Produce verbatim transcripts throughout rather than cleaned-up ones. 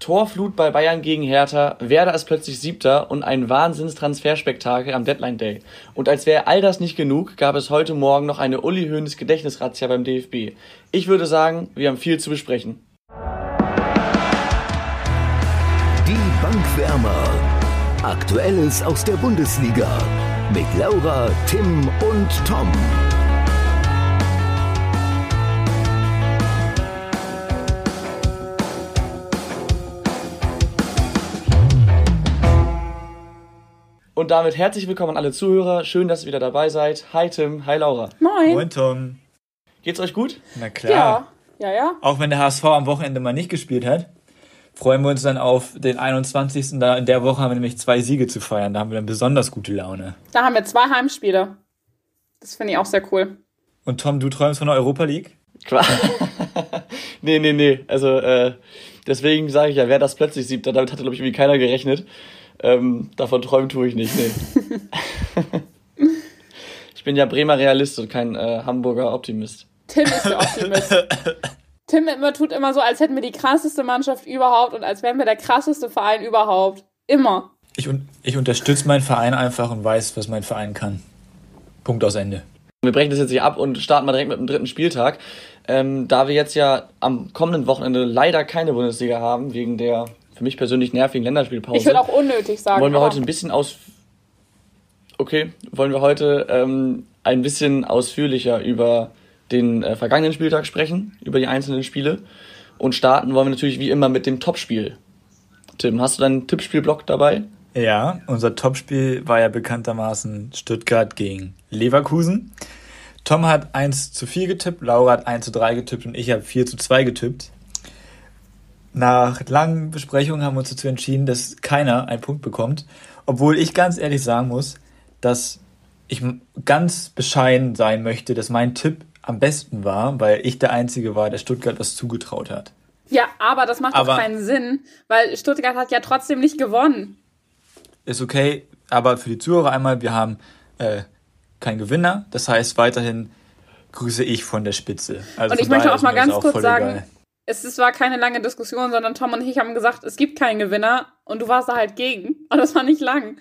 Torflut bei Bayern gegen Hertha, Werder ist plötzlich Siebter und ein Wahnsinns-Transferspektakel am Deadline Day. Und als wäre all das nicht genug, gab es heute Morgen noch eine Uli Hoeneß Gedächtnisrazzia beim D F B. Ich würde sagen, wir haben viel zu besprechen. Die Bankwärmer. Aktuelles aus der Bundesliga mit Laura, Tim und Tom. Und damit herzlich willkommen an alle Zuhörer. Schön, dass ihr wieder dabei seid. Hi Tim, hi Laura. Moin. Moin Tom. Geht's euch gut? Na klar. Ja, ja, ja. Auch wenn der H S V am Wochenende mal nicht gespielt hat, freuen wir uns dann auf den einundzwanzigsten Da in der Woche haben wir nämlich zwei Siege zu feiern. Da haben wir dann besonders gute Laune. Da haben wir zwei Heimspiele. Das finde ich auch sehr cool. Und Tom, du träumst von der Europa League? Quatsch. nee, nee, nee. Also äh, deswegen sage ich ja, wer das plötzlich Siebter, damit hatte, glaube ich, irgendwie keiner gerechnet. Ähm, davon träumen tue ich nicht, nee. Ich bin ja Bremer Realist und kein äh, Hamburger Optimist. Tim ist der Optimist. Tim immer tut immer so, als hätten wir die krasseste Mannschaft überhaupt und als wären wir der krasseste Verein überhaupt. Immer. Ich, ich unterstütze meinen Verein einfach und weiß, was mein Verein kann. Punkt aus Ende. Wir brechen das jetzt hier ab und starten mal direkt mit dem dritten Spieltag. Ähm, da wir jetzt ja am kommenden Wochenende leider keine Bundesliga haben, wegen der für mich persönlich nervigen Länderspielpause. Ich würde auch unnötig sagen. Wollen wir heute ein bisschen aus... Okay, wollen wir heute ähm, ein bisschen ausführlicher über den äh, vergangenen Spieltag sprechen, über die einzelnen Spiele. Und starten wollen wir natürlich wie immer mit dem Topspiel. Tim, hast du deinen Tippspielblock dabei? Ja, unser Topspiel war ja bekanntermaßen Stuttgart gegen Leverkusen. Tom hat eins zu vier getippt, Laura hat eins zu drei getippt und ich habe vier zu zwei getippt. Nach langen Besprechungen haben wir uns dazu entschieden, dass keiner einen Punkt bekommt. Obwohl ich ganz ehrlich sagen muss, dass ich ganz bescheiden sein möchte, dass mein Tipp am besten war, weil ich der Einzige war, der Stuttgart was zugetraut hat. Ja, aber das macht aber doch keinen Sinn, weil Stuttgart hat ja trotzdem nicht gewonnen. Ist okay, aber für die Zuhörer einmal, wir haben äh, keinen Gewinner. Das heißt, weiterhin grüße ich von der Spitze. Also und ich möchte auch mal ganz auch kurz sagen, egal. Es, es war keine lange Diskussion, sondern Tom und ich haben gesagt, es gibt keinen Gewinner und du warst da halt gegen. Und das war nicht lang.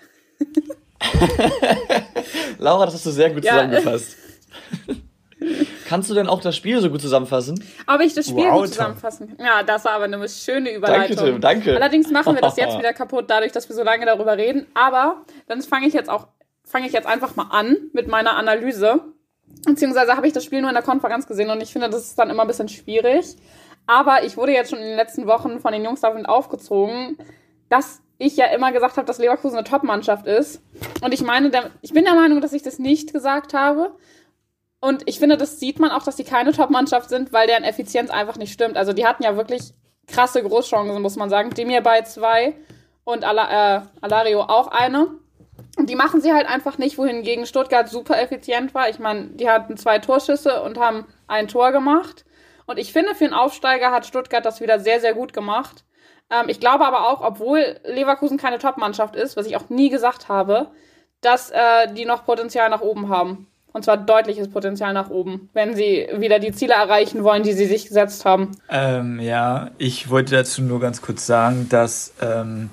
Laura, das hast du sehr gut ja. zusammengefasst. Kannst du denn auch das Spiel so gut zusammenfassen? Aber ich das Spiel wow, gut zusammenfassen kann? Ja, das war aber eine schöne Überleitung. Danke, Tim, danke. Allerdings machen wir das jetzt wieder kaputt, dadurch, dass wir so lange darüber reden. Aber dann fange ich jetzt auch, fange ich jetzt einfach mal an mit meiner Analyse. Beziehungsweise habe ich das Spiel nur in der Konferenz gesehen und ich finde, das ist dann immer ein bisschen schwierig. Aber ich wurde jetzt schon in den letzten Wochen von den Jungs damit aufgezogen, dass ich ja immer gesagt habe, dass Leverkusen eine Top-Mannschaft ist. Und ich meine, der, ich bin der Meinung, dass ich das nicht gesagt habe. Und ich finde, das sieht man auch, dass die keine Top-Mannschaft sind, weil deren Effizienz einfach nicht stimmt. Also die hatten ja wirklich krasse Großchancen, muss man sagen. Demir bei zwei und Ala, äh, Alario auch eine. Und die machen sie halt einfach nicht, wohingegen Stuttgart super effizient war. Ich meine, die hatten zwei Torschüsse und haben ein Tor gemacht. Und ich finde, für einen Aufsteiger hat Stuttgart das wieder sehr, sehr gut gemacht. Ähm, ich glaube aber auch, obwohl Leverkusen keine Top-Mannschaft ist, was ich auch nie gesagt habe, dass äh, die noch Potenzial nach oben haben. Und zwar deutliches Potenzial nach oben, wenn sie wieder die Ziele erreichen wollen, die sie sich gesetzt haben. Ähm, ja, ich wollte dazu nur ganz kurz sagen, dass ähm,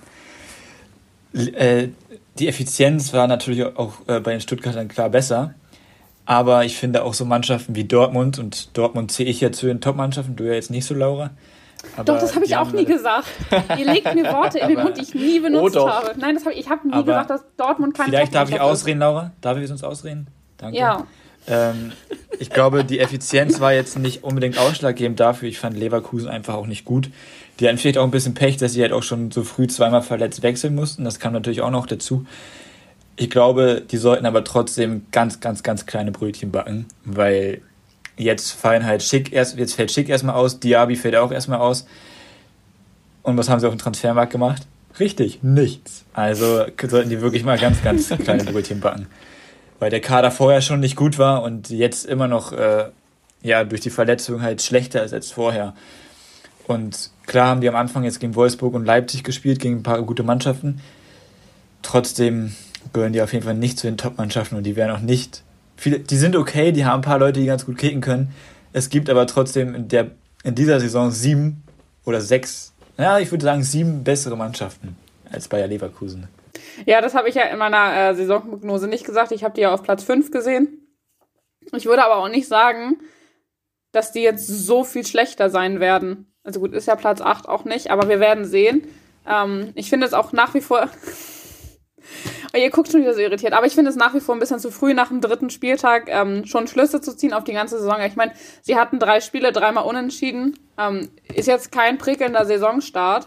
äh, die Effizienz war natürlich auch äh, bei den Stuttgartern klar besser. Aber ich finde auch so Mannschaften wie Dortmund, und Dortmund zähle ich ja zu den Top-Mannschaften, du ja jetzt nicht so, Laura. Aber doch, das habe ich auch nie gesagt. Ihr legt mir Worte in den Mund, die ich nie benutzt oh habe. Nein, das hab ich, ich habe nie aber gesagt, dass Dortmund keine Vielleicht darf ich Top-Mannschaft ausreden, Laura? Darf ich sonst ausreden? Danke. Ja. Ähm, ich glaube, die Effizienz war jetzt nicht unbedingt ausschlaggebend dafür. Ich fand Leverkusen einfach auch nicht gut. Die hatten vielleicht auch ein bisschen Pech, dass sie halt auch schon so früh zweimal verletzt wechseln mussten. Das kam natürlich auch noch dazu. Ich glaube, die sollten aber trotzdem ganz, ganz, ganz kleine Brötchen backen, weil jetzt fallen halt Schick erst, jetzt fällt Schick erstmal aus, Diaby fällt auch erstmal aus. Und was haben sie auf dem Transfermarkt gemacht? Richtig, nichts. Also sollten die wirklich mal ganz, ganz kleine Brötchen backen. Weil der Kader vorher schon nicht gut war und jetzt immer noch äh, ja durch die Verletzung halt schlechter ist als vorher. Und klar haben die am Anfang jetzt gegen Wolfsburg und Leipzig gespielt, gegen ein paar gute Mannschaften. Trotzdem gehören die auf jeden Fall nicht zu den Top-Mannschaften und die werden auch nicht... Viele, die sind okay, die haben ein paar Leute, die ganz gut kicken können. Es gibt aber trotzdem in, der, in dieser Saison sieben oder sechs ja, ich würde sagen, sieben bessere Mannschaften als Bayer Leverkusen. Ja, das habe ich ja in meiner äh, Saisonprognose nicht gesagt. Ich habe die ja auf Platz fünf gesehen. Ich würde aber auch nicht sagen, dass die jetzt so viel schlechter sein werden. Also gut, ist ja Platz acht auch nicht, aber wir werden sehen. Ähm, ich finde es auch nach wie vor... oh, ihr guckt schon wieder so irritiert, aber ich finde es nach wie vor ein bisschen zu früh, nach dem dritten Spieltag ähm, schon Schlüsse zu ziehen auf die ganze Saison. Ich meine, sie hatten drei Spiele, dreimal unentschieden. Ähm, ist jetzt kein prickelnder Saisonstart,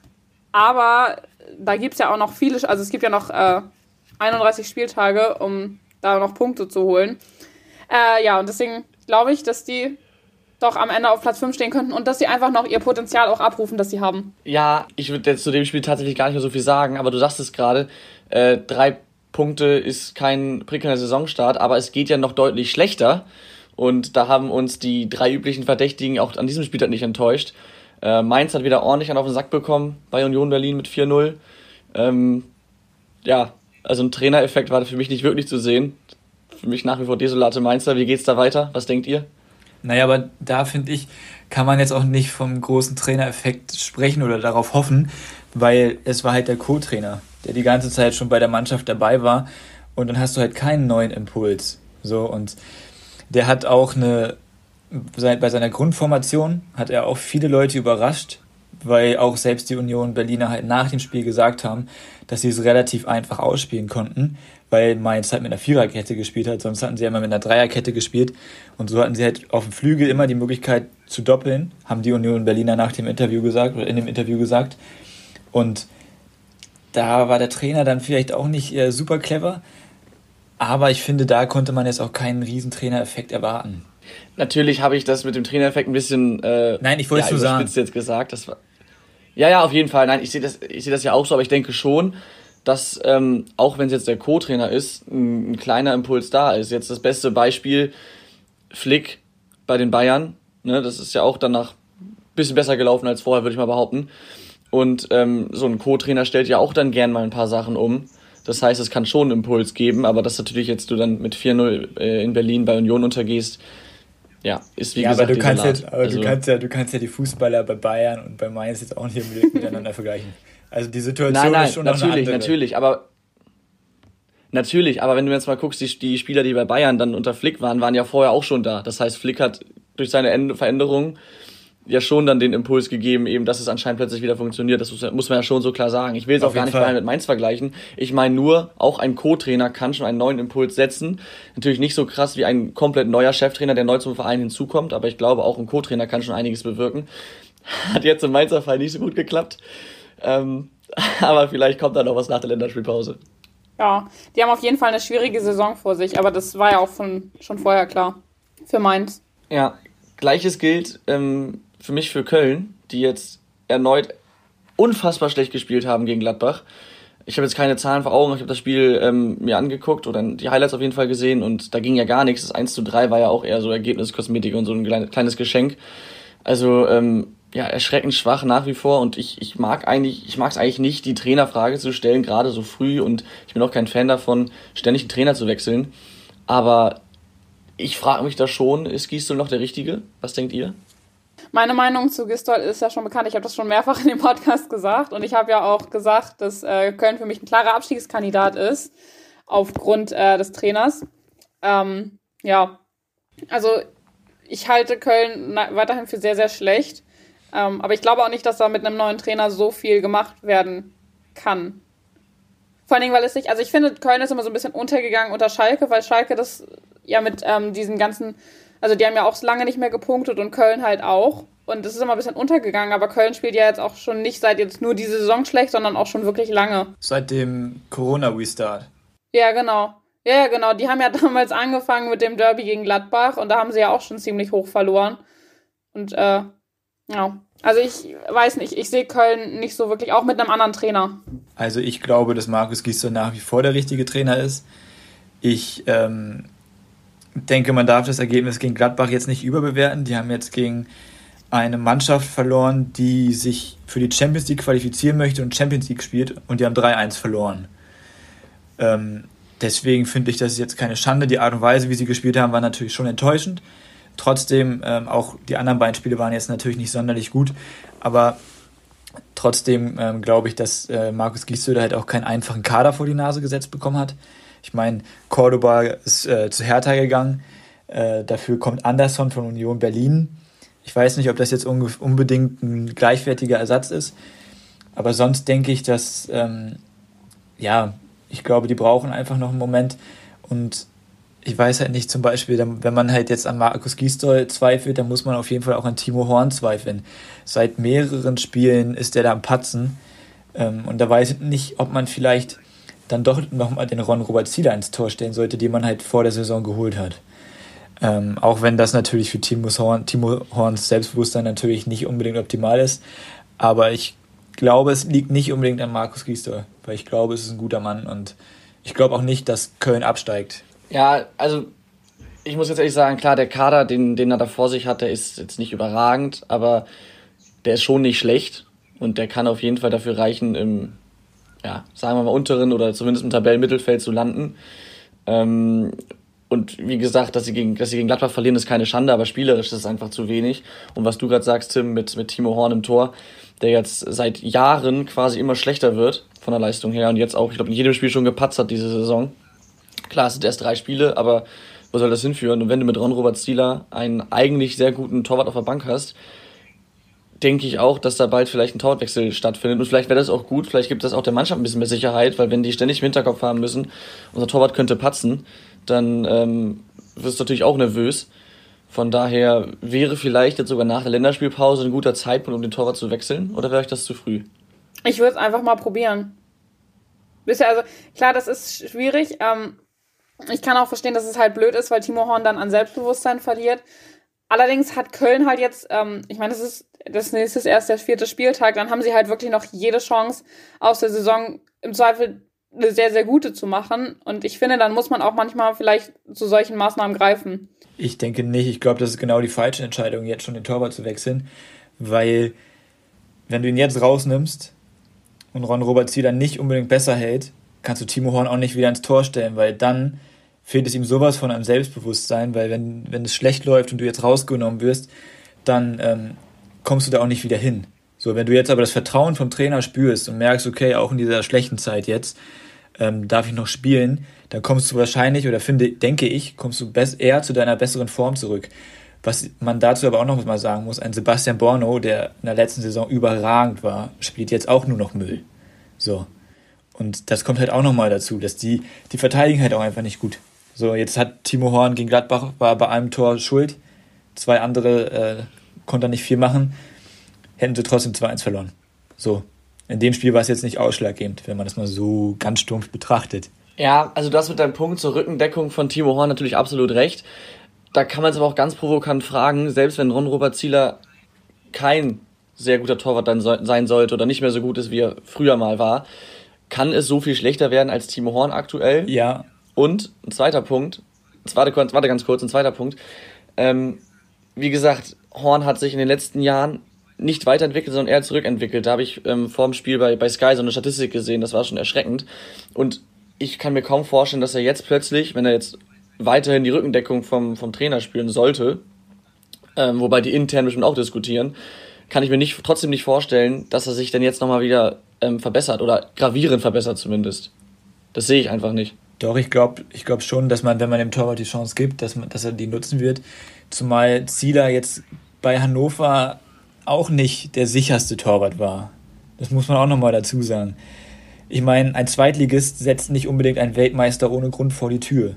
aber da gibt es ja auch noch viele, also es gibt ja noch äh, einunddreißig Spieltage, um da noch Punkte zu holen. Äh, ja, und deswegen glaube ich, dass die doch am Ende auf Platz fünf stehen könnten und dass sie einfach noch ihr Potenzial auch abrufen, das sie haben. Ja, ich würde jetzt zu dem Spiel tatsächlich gar nicht mehr so viel sagen, aber du sagst es gerade, äh, drei Punkte ist kein prickelnder Saisonstart, aber es geht ja noch deutlich schlechter und da haben uns die drei üblichen Verdächtigen auch an diesem Spieltag nicht enttäuscht. Äh, Mainz hat wieder ordentlich einen auf den Sack bekommen bei Union Berlin mit vier null. Ähm, ja, also ein Trainereffekt war für mich nicht wirklich zu sehen. Für mich nach wie vor desolate Mainzer. Wie geht's da weiter? Was denkt ihr? Naja, aber da, finde ich, kann man jetzt auch nicht vom großen Trainereffekt sprechen oder darauf hoffen, weil es war halt der Co-Trainer, der die ganze Zeit schon bei der Mannschaft dabei war und dann hast du halt keinen neuen Impuls. So, und der hat auch eine, bei seiner Grundformation hat er auch viele Leute überrascht, weil auch selbst die Union Berliner halt nach dem Spiel gesagt haben, dass sie es relativ einfach ausspielen konnten, weil Mainz halt mit einer Viererkette gespielt hat, sonst hatten sie ja immer mit einer Dreierkette gespielt und so hatten sie halt auf dem Flügel immer die Möglichkeit zu doppeln, haben die Union Berliner nach dem Interview gesagt oder in dem Interview gesagt, und da war der Trainer dann vielleicht auch nicht äh, super clever, aber ich finde, da konnte man jetzt auch keinen riesen Trainereffekt erwarten. Natürlich habe ich das mit dem Trainereffekt ein bisschen äh, Nein, ich wollte es ja, nur sagen. überspitzt jetzt gesagt. Das war, ja, ja, auf jeden Fall. Nein, ich sehe das, ich sehe das ja auch so, aber ich denke schon, dass, ähm, auch wenn es jetzt der Co-Trainer ist, ein, ein kleiner Impuls da ist. Jetzt das beste Beispiel, Flick bei den Bayern, ne, das ist ja auch danach ein bisschen besser gelaufen als vorher, würde ich mal behaupten. Und ähm, so ein Co-Trainer stellt ja auch dann gern mal ein paar Sachen um. Das heißt, es kann schon einen Impuls geben, aber dass natürlich jetzt du dann mit vier null äh, in Berlin bei Union untergehst, ja, ist wie ja, gesagt aber du kannst desolat. jetzt, aber also, du kannst ja, du kannst ja die Fußballer bei Bayern und bei Mainz jetzt auch nicht unbedingt miteinander vergleichen. Also die Situation nein, nein, ist schon noch eine natürlich, andere. natürlich, aber natürlich, aber wenn du jetzt mal guckst, die, die Spieler, die bei Bayern dann unter Flick waren, waren ja vorher auch schon da. Das heißt, Flick hat durch seine End- Veränderungen ja schon dann den Impuls gegeben, eben, dass es anscheinend plötzlich wieder funktioniert. Das muss, muss man ja schon so klar sagen. Ich will es auch gar nicht Bayern mit Mainz vergleichen. Ich meine nur, auch ein Co-Trainer kann schon einen neuen Impuls setzen. Natürlich nicht so krass wie ein komplett neuer Cheftrainer, der neu zum Verein hinzukommt, aber ich glaube, auch ein Co-Trainer kann schon einiges bewirken. Hat jetzt im Mainzer Fall nicht so gut geklappt. Ähm, aber vielleicht kommt da noch was nach der Länderspielpause. Ja, die haben auf jeden Fall eine schwierige Saison vor sich, aber das war ja auch von, schon vorher klar für Mainz. Ja, gleiches gilt ähm, für mich für Köln, die jetzt erneut unfassbar schlecht gespielt haben gegen Gladbach. Ich habe jetzt keine Zahlen vor Augen, ich habe das Spiel ähm, mir angeguckt oder die Highlights auf jeden Fall gesehen und da ging ja gar nichts. Das eins zu drei war ja auch eher so Ergebniskosmetik und so ein kleines Geschenk. Also ähm, ja, erschreckend schwach nach wie vor und ich ich mag eigentlich, ich mag es eigentlich nicht, die Trainerfrage zu stellen, gerade so früh, und ich bin auch kein Fan davon, ständig einen Trainer zu wechseln. Aber ich frage mich da schon, ist Gisdol noch der Richtige? Was denkt ihr? Meine Meinung zu Gisdol ist ja schon bekannt. Ich habe das schon mehrfach in dem Podcast gesagt. Und ich habe ja auch gesagt, dass äh, Köln für mich ein klarer Abstiegskandidat ist, aufgrund äh, des Trainers. Ähm, ja, also ich halte Köln na- weiterhin für sehr, sehr schlecht. Ähm, aber ich glaube auch nicht, dass da mit einem neuen Trainer so viel gemacht werden kann. Vor allen Dingen, weil es sich, also ich finde, Köln ist immer so ein bisschen untergegangen unter Schalke, weil Schalke das ja mit ähm, diesen ganzen, also die haben ja auch lange nicht mehr gepunktet und Köln halt auch. Und das ist immer ein bisschen untergegangen, aber Köln spielt ja jetzt auch schon nicht seit jetzt nur diese Saison schlecht, sondern auch schon wirklich lange. Seit dem Corona-Restart. Ja, genau. Ja, ja, genau. Die haben ja damals angefangen mit dem Derby gegen Gladbach und da haben sie ja auch schon ziemlich hoch verloren. Und äh, ja, also ich weiß nicht, ich sehe Köln nicht so wirklich, auch mit einem anderen Trainer. Also ich glaube, dass Markus Gisdol nach wie vor der richtige Trainer ist. Ich ähm, denke, man darf das Ergebnis gegen Gladbach jetzt nicht überbewerten. Die haben jetzt gegen eine Mannschaft verloren, die sich für die Champions League qualifizieren möchte und Champions League spielt, und die haben drei eins verloren. Ähm, deswegen finde ich, das ist jetzt keine Schande. Die Art und Weise, wie sie gespielt haben, war natürlich schon enttäuschend. Trotzdem, ähm, auch die anderen beiden Spiele waren jetzt natürlich nicht sonderlich gut, aber Trotzdem ähm, glaube ich, dass äh, Markus Giesdörder halt auch keinen einfachen Kader vor die Nase gesetzt bekommen hat. Ich meine, Cordoba ist äh, zu Hertha gegangen. Äh, dafür kommt Anderson von Union Berlin. Ich weiß nicht, ob das jetzt unge- unbedingt ein gleichwertiger Ersatz ist. Aber sonst denke ich, dass, ähm, ja, ich glaube, die brauchen einfach noch einen Moment. Und ich weiß halt nicht, zum Beispiel, wenn man halt jetzt an Markus Gisdol zweifelt, dann muss man auf jeden Fall auch an Timo Horn zweifeln. Seit mehreren Spielen ist der da am Patzen. Ähm, und da weiß ich nicht, ob man vielleicht dann doch nochmal den Ron-Robert Zieler ins Tor stellen sollte, den man halt vor der Saison geholt hat. Ähm, auch wenn das natürlich für Timo, Horn, Timo Horns Selbstbewusstsein natürlich nicht unbedingt optimal ist. Aber ich glaube, es liegt nicht unbedingt an Markus Gisdol, weil ich glaube, es ist ein guter Mann und ich glaube auch nicht, dass Köln absteigt. Ja, also ich muss jetzt ehrlich sagen, klar, der Kader, den, den er da vor sich hat, der ist jetzt nicht überragend, aber der ist schon nicht schlecht und der kann auf jeden Fall dafür reichen, im, ja, sagen wir mal, unteren oder zumindest im Tabellenmittelfeld zu landen. Ähm, und wie gesagt, dass sie, gegen, dass sie gegen Gladbach verlieren, ist keine Schande, aber spielerisch ist es einfach zu wenig. Und was du gerade sagst, Tim, mit, mit Timo Horn im Tor, der jetzt seit Jahren quasi immer schlechter wird von der Leistung her und jetzt auch, ich glaube, in jedem Spiel schon gepatzt hat diese Saison. Klar, es sind erst drei Spiele, aber wo soll das hinführen? Und wenn du mit Ron-Robert Zieler einen eigentlich sehr guten Torwart auf der Bank hast, denke ich auch, dass da bald vielleicht ein Torwartwechsel stattfindet. Und vielleicht wäre das auch gut, vielleicht gibt das auch der Mannschaft ein bisschen mehr Sicherheit, weil wenn die ständig im Hinterkopf haben müssen, unser Torwart könnte patzen, dann ähm, wirst du natürlich auch nervös. Von daher wäre vielleicht jetzt sogar nach der Länderspielpause ein guter Zeitpunkt, um den Torwart zu wechseln, oder wäre euch das zu früh? Ich würde es einfach mal probieren. Bisher, also klar, das ist schwierig. Ähm, ich kann auch verstehen, dass es halt blöd ist, weil Timo Horn dann an Selbstbewusstsein verliert. Allerdings hat Köln halt jetzt, ähm, ich meine, das ist das nächste ist erst der vierte Spieltag, dann haben sie halt wirklich noch jede Chance aus der Saison im Zweifel eine sehr, sehr gute zu machen. Und ich finde, dann muss man auch manchmal vielleicht zu solchen Maßnahmen greifen. Ich denke nicht. Ich glaube, das ist genau die falsche Entscheidung, jetzt schon den Torwart zu wechseln. Weil, wenn du ihn jetzt rausnimmst und Ron-Robert Zieler nicht unbedingt besser hält, kannst du Timo Horn auch nicht wieder ins Tor stellen, weil dann fehlt es ihm sowas von einem Selbstbewusstsein, weil wenn, wenn es schlecht läuft und du jetzt rausgenommen wirst, dann ähm, kommst du da auch nicht wieder hin. So, wenn du jetzt aber das Vertrauen vom Trainer spürst und merkst, okay, auch in dieser schlechten Zeit jetzt ähm, darf ich noch spielen, dann kommst du wahrscheinlich, oder finde, denke ich, kommst du best, eher zu deiner besseren Form zurück. Was man dazu aber auch noch mal sagen muss, ein Sebastian Borno, der in der letzten Saison überragend war, spielt jetzt auch nur noch Müll. So. Und das kommt halt auch nochmal dazu, dass die, die verteidigen halt auch einfach nicht gut. So, jetzt hat Timo Horn gegen Gladbach, war bei einem Tor schuld, zwei andere äh, konnte er nicht viel machen, hätten sie trotzdem zwei eins verloren. So, in dem Spiel war es jetzt nicht ausschlaggebend, wenn man das mal so ganz stumpf betrachtet. Ja, also du hast mit deinem Punkt zur Rückendeckung von Timo Horn natürlich absolut recht. Da kann man es aber auch ganz provokant fragen, selbst wenn Ron-Robert Zieler kein sehr guter Torwart dann so, sein sollte oder nicht mehr so gut ist, wie er früher mal war, kann es so viel schlechter werden als Timo Horn aktuell? Ja. Und ein zweiter Punkt, warte, warte ganz kurz, ein zweiter Punkt. Ähm, wie gesagt, Horn hat sich in den letzten Jahren nicht weiterentwickelt, sondern eher zurückentwickelt. Da habe ich ähm, vor dem Spiel bei, bei Sky so eine Statistik gesehen, das war schon erschreckend. Und ich kann mir kaum vorstellen, dass er jetzt plötzlich, wenn er jetzt weiterhin die Rückendeckung vom, vom Trainer spielen sollte, ähm, wobei die intern bestimmt auch diskutieren, kann ich mir nicht, trotzdem nicht vorstellen, dass er sich dann jetzt nochmal wieder ähm, verbessert oder gravierend verbessert zumindest. Das sehe ich einfach nicht. Doch, ich glaube ich glaub schon, dass man, wenn man dem Torwart die Chance gibt, dass, man, dass er die nutzen wird. Zumal Zieler jetzt bei Hannover auch nicht der sicherste Torwart war. Das muss man auch nochmal dazu sagen. Ich meine, ein Zweitligist setzt nicht unbedingt einen Weltmeister ohne Grund vor die Tür.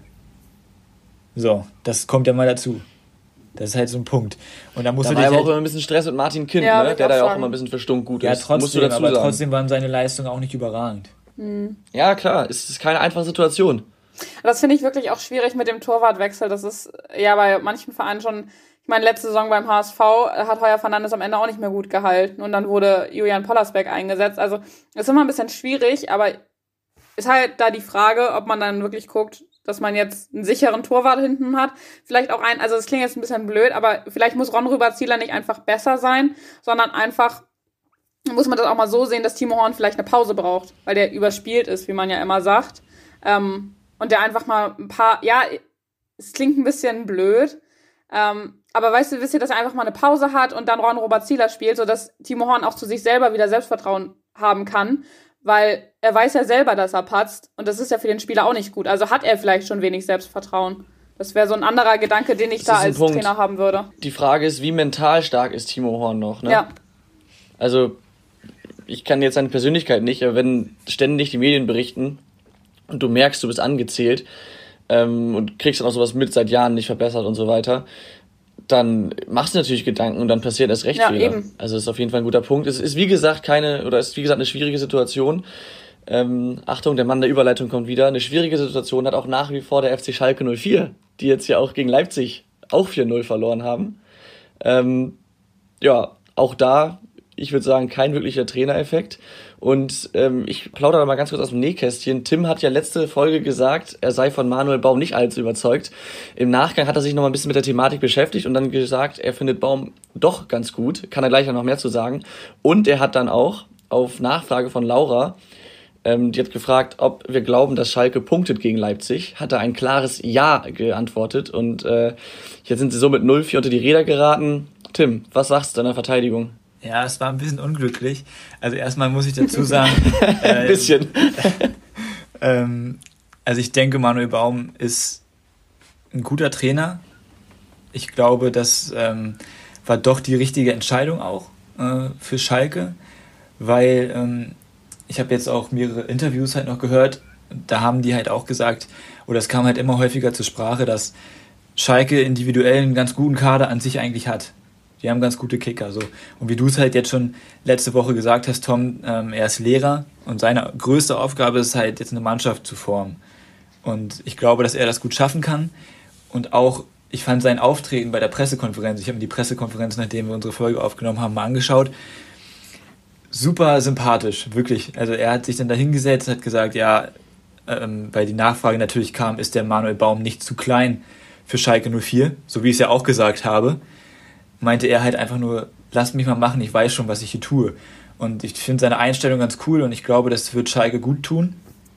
So, das kommt ja mal dazu. Das ist halt so ein Punkt. Und da musst da du war dich aber halt auch immer ein bisschen Stress mit Martin Kind, ja, ne? Der da ja auch sagen. immer ein bisschen für Stunk gut ja, ist. trotzdem, Musst du dazu aber sagen. trotzdem waren seine Leistungen auch nicht überragend. Mhm. Ja, klar, es ist keine einfache Situation. Das finde ich wirklich auch schwierig mit dem Torwartwechsel. Das ist ja bei manchen Vereinen schon, ich meine, letzte Saison beim H S V hat Heuer Fernandes am Ende auch nicht mehr gut gehalten und dann wurde Julian Pollersbeck eingesetzt. Also ist immer ein bisschen schwierig, aber ist halt da die Frage, ob man dann wirklich guckt, dass man jetzt einen sicheren Torwart hinten hat. Vielleicht auch ein, also das klingt jetzt ein bisschen blöd, aber vielleicht muss Ron-Robert Zieler nicht einfach besser sein, sondern einfach muss man das auch mal so sehen, dass Timo Horn vielleicht eine Pause braucht, weil der überspielt ist, wie man ja immer sagt. Ähm, und der einfach mal ein paar, ja, es klingt ein bisschen blöd, ähm, aber weißt du, wisst ihr, dass er einfach mal eine Pause hat und dann Ron-Robert Zieler spielt, sodass Timo Horn auch zu sich selber wieder Selbstvertrauen haben kann, weil er weiß ja selber, dass er patzt und das ist ja für den Spieler auch nicht gut. Also hat er vielleicht schon wenig Selbstvertrauen. Das wäre so ein anderer Gedanke, den ich da als Trainer haben würde. Die Frage ist, wie mental stark ist Timo Horn noch, ne? Ja. Also, ich kann jetzt seine Persönlichkeit nicht, aber wenn ständig die Medien berichten und du merkst, du bist angezählt ähm, und kriegst dann auch sowas mit, seit Jahren nicht verbessert und so weiter, dann machst du natürlich Gedanken und dann passiert erst recht ja, Fehler. Eben. Also das ist auf jeden Fall ein guter Punkt. Es ist wie gesagt keine, oder ist wie gesagt eine schwierige Situation. Ähm, Achtung, der Mann der Überleitung kommt wieder. Eine schwierige Situation hat auch nach wie vor der F C Schalke null vier, die jetzt ja auch gegen Leipzig auch vier null verloren haben. Ähm, ja, auch da, ich würde sagen, kein wirklicher Trainereffekt. Und ähm, ich plaudere mal ganz kurz aus dem Nähkästchen. Tim hat ja letzte Folge gesagt, er sei von Manuel Baum nicht allzu überzeugt. Im Nachgang hat er sich noch mal ein bisschen mit der Thematik beschäftigt und dann gesagt, er findet Baum doch ganz gut. Kann er gleich noch mehr zu sagen. Und er hat dann auch auf Nachfrage von Laura, ähm, die hat gefragt, ob wir glauben, dass Schalke punktet gegen Leipzig, hat er ein klares Ja geantwortet. Und äh, jetzt sind sie so mit null vier unter die Räder geraten. Tim, was sagst du deiner Verteidigung? Ja, es war ein bisschen unglücklich. Also erstmal muss ich dazu sagen... äh, ein bisschen. ähm, also ich denke, Manuel Baum ist ein guter Trainer. Ich glaube, das ähm, war doch die richtige Entscheidung auch äh, für Schalke, weil ähm, ich habe jetzt auch mehrere Interviews halt noch gehört, da haben die halt auch gesagt, oder es kam halt immer häufiger zur Sprache, dass Schalke individuell einen ganz guten Kader an sich eigentlich hat. Die haben ganz gute Kicker. So. Und wie du es halt jetzt schon letzte Woche gesagt hast, Tom, ähm, er ist Lehrer und seine größte Aufgabe ist halt jetzt eine Mannschaft zu formen. Und ich glaube, dass er das gut schaffen kann. Und auch, ich fand sein Auftreten bei der Pressekonferenz, ich habe mir die Pressekonferenz, nachdem wir unsere Folge aufgenommen haben, mal angeschaut, super sympathisch, wirklich. Also er hat sich dann da hingesetzt, hat gesagt, ja, ähm, weil die Nachfrage natürlich kam, ist der Manuel Baum nicht zu klein für Schalke null vier, so wie ich es ja auch gesagt habe, meinte er halt einfach nur, lasst mich mal machen, ich weiß schon, was ich hier tue. Und ich finde seine Einstellung ganz cool und ich glaube, das wird Schalke gut tun.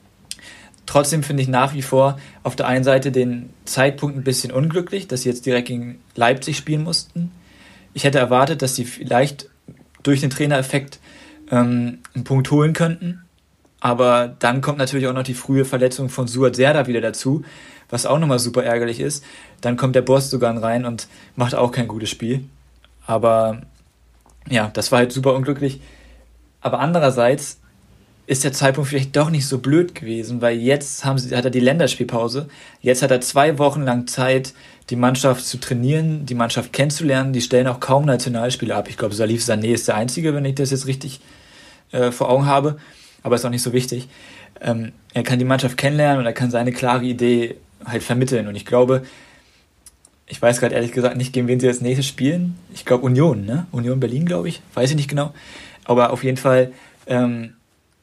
Trotzdem finde ich nach wie vor auf der einen Seite den Zeitpunkt ein bisschen unglücklich, dass sie jetzt direkt gegen Leipzig spielen mussten. Ich hätte erwartet, dass sie vielleicht durch den Trainereffekt ähm, einen Punkt holen könnten. Aber dann kommt natürlich auch noch die frühe Verletzung von Suat Serdar wieder dazu, was auch nochmal super ärgerlich ist. Dann kommt der Boss sogar rein und macht auch kein gutes Spiel. Aber ja, das war halt super unglücklich. Aber andererseits ist der Zeitpunkt vielleicht doch nicht so blöd gewesen, weil jetzt haben sie, hat er die Länderspielpause. Jetzt hat er zwei Wochen lang Zeit, die Mannschaft zu trainieren, die Mannschaft kennenzulernen. Die stellen auch kaum Nationalspieler ab. Ich glaube, Salif Sané ist der Einzige, wenn ich das jetzt richtig äh, vor Augen habe. Aber ist auch nicht so wichtig. Ähm, er kann die Mannschaft kennenlernen und er kann seine klare Idee halt vermitteln. Und ich glaube, ich weiß gerade ehrlich gesagt nicht, gegen wen sie als nächstes spielen. Ich glaube Union, ne? Union Berlin, glaube ich. Weiß ich nicht genau. Aber auf jeden Fall ähm,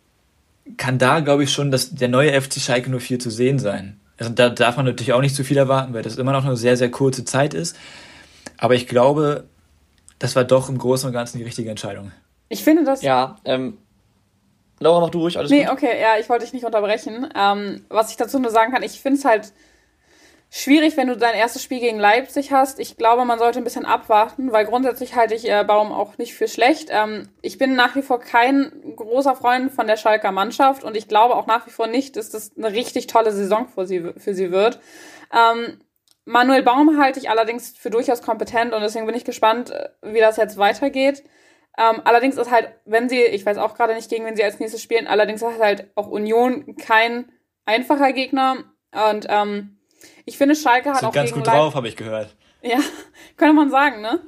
kann da, glaube ich, schon das, der neue F C Schalke null vier zu sehen sein. Also da darf man natürlich auch nicht zu viel erwarten, weil das immer noch eine sehr, sehr kurze Zeit ist. Aber ich glaube, das war doch im Großen und Ganzen die richtige Entscheidung. Ich finde das... Ja, ähm, Laura, mach du ruhig, alles nee, gut. Okay, ja, ich wollte dich nicht unterbrechen. Ähm, was ich dazu nur sagen kann, ich finde es halt schwierig, wenn du dein erstes Spiel gegen Leipzig hast. Ich glaube, man sollte ein bisschen abwarten, weil grundsätzlich halte ich äh, Baum auch nicht für schlecht. Ähm, ich bin nach wie vor kein großer Freund von der Schalker Mannschaft und ich glaube auch nach wie vor nicht, dass das eine richtig tolle Saison für sie, für sie wird. Ähm, Manuel Baum halte ich allerdings für durchaus kompetent und deswegen bin ich gespannt, wie das jetzt weitergeht. Ähm, allerdings ist halt, wenn sie, ich weiß auch gerade nicht, gegen wen sie als nächstes spielen, allerdings ist halt auch Union kein einfacher Gegner. Und ähm, ich finde, Schalke hat sind auch ganz gegen gut drauf, habe ich gehört. Ja, könnte man sagen, ne?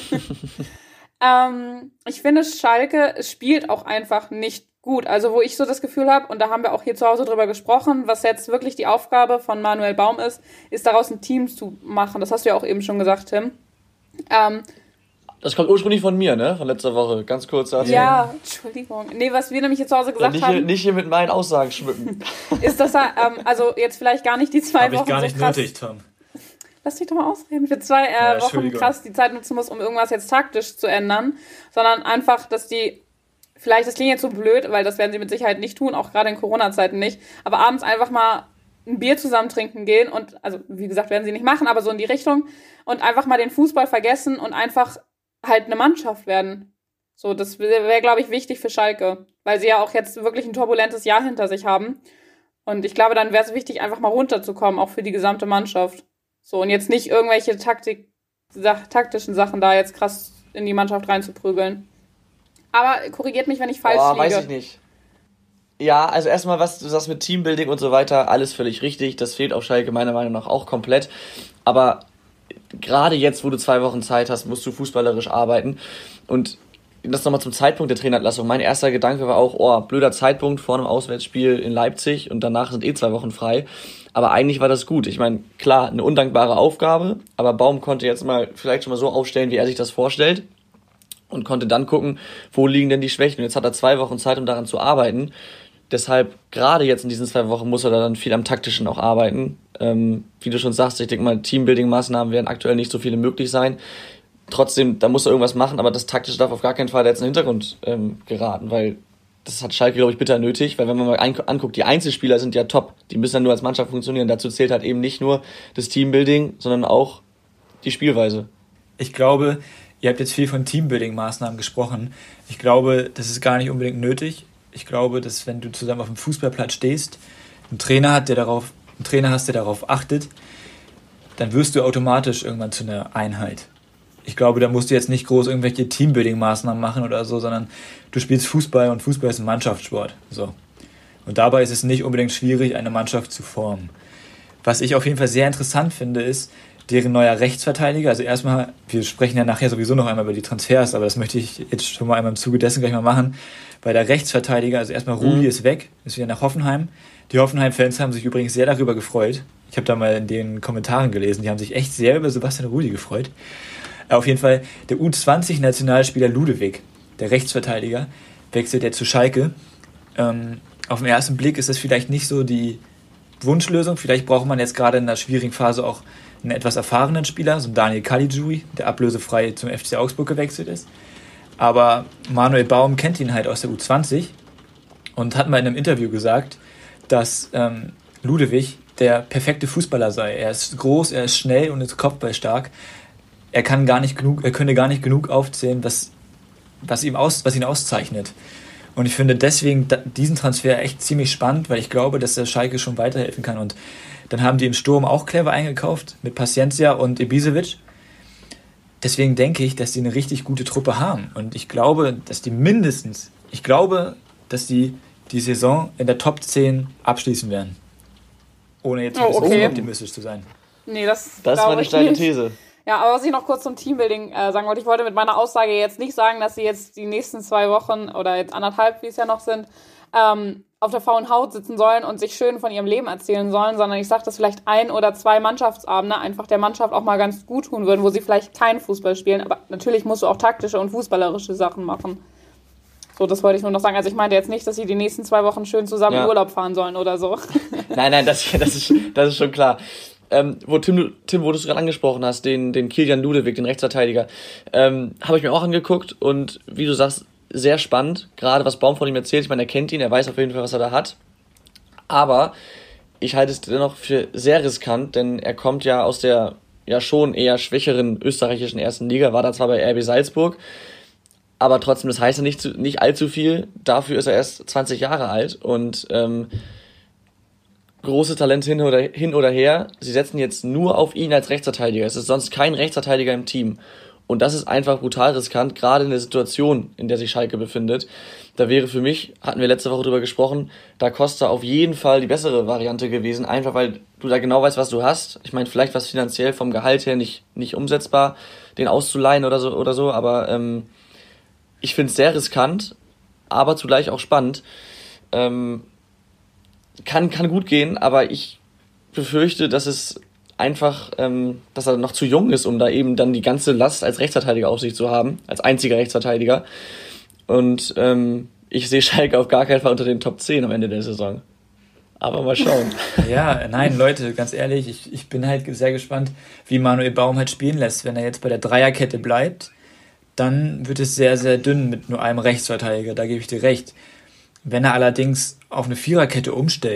ähm, ich finde, Schalke spielt auch einfach nicht gut. Also wo ich so das Gefühl habe, und da haben wir auch hier zu Hause drüber gesprochen, was jetzt wirklich die Aufgabe von Manuel Baum ist, ist daraus ein Team zu machen. Das hast du ja auch eben schon gesagt, Tim. Ähm, Das kommt ursprünglich von mir, ne? Von letzter Woche. Ganz kurz dazu. Ja, Entschuldigung. Nee, was wir nämlich hier zu Hause gesagt nicht haben... Hier, nicht hier mit meinen Aussagen schmücken. Ist, dass er, ähm, also jetzt vielleicht gar nicht die zwei Hab Wochen ich gar nicht so krass... nötig, Tom. Lass dich doch mal ausreden. Für zwei äh, Ja, Wochen krass die Zeit nutzen muss, um irgendwas jetzt taktisch zu ändern. Sondern einfach, dass die... Vielleicht, das klingt jetzt so blöd, weil das werden sie mit Sicherheit nicht tun, auch gerade in Corona-Zeiten nicht. Aber abends einfach mal ein Bier zusammen trinken gehen und, also wie gesagt, werden sie nicht machen, aber so in die Richtung und einfach mal den Fußball vergessen und einfach halt eine Mannschaft werden. So, das wäre, wär, glaube ich, wichtig für Schalke, weil sie ja auch jetzt wirklich ein turbulentes Jahr hinter sich haben. Und ich glaube, dann wäre es wichtig, einfach mal runterzukommen, auch für die gesamte Mannschaft. So, und jetzt nicht irgendwelche Taktik, sach, taktischen Sachen da jetzt krass in die Mannschaft reinzuprügeln. Aber korrigiert mich, wenn ich falsch Boah, liege. Weiß ich nicht. Ja, also erstmal, was du sagst mit Teambuilding und so weiter, alles völlig richtig. Das fehlt auf Schalke meiner Meinung nach auch komplett. Aber gerade jetzt, wo du zwei Wochen Zeit hast, musst du fußballerisch arbeiten. Und das nochmal zum Zeitpunkt der Trainerentlassung. Mein erster Gedanke war auch, oh, blöder Zeitpunkt vor einem Auswärtsspiel in Leipzig und danach sind eh zwei Wochen frei. Aber eigentlich war das gut. Ich meine, klar, eine undankbare Aufgabe, aber Baum konnte jetzt mal vielleicht schon mal so aufstellen, wie er sich das vorstellt und konnte dann gucken, wo liegen denn die Schwächen. Und jetzt hat er zwei Wochen Zeit, um daran zu arbeiten. Deshalb, gerade jetzt in diesen zwei Wochen, muss er da dann viel am Taktischen auch arbeiten. Ähm, wie du schon sagst, ich denke mal, Teambuilding-Maßnahmen werden aktuell nicht so viele möglich sein. Trotzdem, da muss er irgendwas machen, aber das Taktische darf auf gar keinen Fall jetzt in den Hintergrund ähm, geraten, weil das hat Schalke, glaube ich, bitter nötig, weil wenn man mal ein- anguckt, die Einzelspieler sind ja top, die müssen dann nur als Mannschaft funktionieren. Dazu zählt halt eben nicht nur das Teambuilding, sondern auch die Spielweise. Ich glaube, ihr habt jetzt viel von Teambuilding-Maßnahmen gesprochen. Ich glaube, das ist gar nicht unbedingt nötig. Ich glaube, dass wenn du zusammen auf dem Fußballplatz stehst, einen Trainer hat, der darauf, einen Trainer hast, der darauf achtet, dann wirst du automatisch irgendwann zu einer Einheit. Ich glaube, da musst du jetzt nicht groß irgendwelche Teambuilding-Maßnahmen machen oder so, sondern du spielst Fußball und Fußball ist ein Mannschaftssport. So. Und dabei ist es nicht unbedingt schwierig, eine Mannschaft zu formen. Was ich auf jeden Fall sehr interessant finde, ist deren neuer Rechtsverteidiger. Also erstmal, wir sprechen ja nachher sowieso noch einmal über die Transfers, aber das möchte ich jetzt schon mal einmal im Zuge dessen gleich mal machen, weil der Rechtsverteidiger, also erstmal Rudi mhm. ist weg, ist wieder nach Hoffenheim. Die Hoffenheim-Fans haben sich übrigens sehr darüber gefreut. Ich habe da mal in den Kommentaren gelesen, die haben sich echt sehr über Sebastian Rudi gefreut. Auf jeden Fall, der U zwanzig-Nationalspieler Ludewig, der Rechtsverteidiger, wechselt jetzt zu Schalke. Ähm, auf den ersten Blick ist das vielleicht nicht so die Wunschlösung. Vielleicht braucht man jetzt gerade in einer schwierigen Phase auch einen etwas erfahrenen Spieler, so einen Daniel Caligiuri, der ablösefrei zum F C Augsburg gewechselt ist. Aber Manuel Baum kennt ihn halt aus der U zwanzig und hat mal in einem Interview gesagt, dass ähm, Ludewig der perfekte Fußballer sei. Er ist groß, er ist schnell und ist kopfballstark. Er kann gar nicht genug, er könne gar nicht genug aufzählen, was, was, ihm aus, was ihn auszeichnet. Und ich finde deswegen diesen Transfer echt ziemlich spannend, weil ich glaube, dass der Schalke schon weiterhelfen kann. Und dann haben die im Sturm auch clever eingekauft mit Paciencia und Ibisevic. Deswegen denke ich, dass die eine richtig gute Truppe haben. Und ich glaube, dass die mindestens, ich glaube, dass die die Saison in der Top zehn abschließen werden. Ohne jetzt ein oh, bisschen okay. optimistisch zu sein. Nee, das, das ist meine steile These. Ja, aber was ich noch kurz zum Teambuilding äh, sagen wollte, ich wollte mit meiner Aussage jetzt nicht sagen, dass sie jetzt die nächsten zwei Wochen oder jetzt anderthalb, wie es ja noch sind, ähm, auf der faulen Haut sitzen sollen und sich schön von ihrem Leben erzählen sollen, sondern ich sage, dass vielleicht ein oder zwei Mannschaftsabende einfach der Mannschaft auch mal ganz gut tun würden, wo sie vielleicht keinen Fußball spielen, aber natürlich musst du auch taktische und fußballerische Sachen machen. So, das wollte ich nur noch sagen. Also ich meinte jetzt nicht, dass sie die nächsten zwei Wochen schön zusammen ja. in Urlaub fahren sollen oder so. Nein, nein, das, das, ist, das ist schon klar. Ähm, wo Tim, Tim, wo du es gerade angesprochen hast, den, den Kilian Ludewig, den Rechtsverteidiger, ähm, habe ich mir auch angeguckt und wie du sagst, sehr spannend, gerade was Baum von ihm erzählt. Ich meine, er kennt ihn, er weiß auf jeden Fall, was er da hat. Aber ich halte es dennoch für sehr riskant, denn er kommt ja aus der ja schon eher schwächeren österreichischen ersten Liga, war da zwar bei R B Salzburg, aber trotzdem, das heißt ja nicht, nicht allzu viel. Dafür ist er erst zwanzig Jahre alt und ähm, große Talent hin oder, hin oder her. Sie setzen jetzt nur auf ihn als Rechtsverteidiger. Es ist sonst kein Rechtsverteidiger im Team. Und das ist einfach brutal riskant, gerade in der Situation, in der sich Schalke befindet. Da wäre für mich, hatten wir letzte Woche drüber gesprochen, Da Costa auf jeden Fall die bessere Variante gewesen, einfach weil du da genau weißt, was du hast. Ich meine, vielleicht was finanziell vom Gehalt her nicht, nicht umsetzbar, den auszuleihen oder so, oder so, aber ähm, ich finde es sehr riskant, aber zugleich auch spannend. Ähm, kann, kann gut gehen, aber ich befürchte, dass es einfach, ähm, dass er noch zu jung ist, um da eben dann die ganze Last als Rechtsverteidiger auf sich zu haben, als einziger Rechtsverteidiger. Und ähm, ich sehe Schalke auf gar keinen Fall unter den Top zehn am Ende der Saison. Aber mal schauen. Ja, nein, Leute, ganz ehrlich, ich, ich bin halt sehr gespannt, wie Manuel Baum halt spielen lässt. Wenn er jetzt bei der Dreierkette bleibt, dann wird es sehr, sehr dünn mit nur einem Rechtsverteidiger, da gebe ich dir recht. Wenn er allerdings auf eine Viererkette umstellt,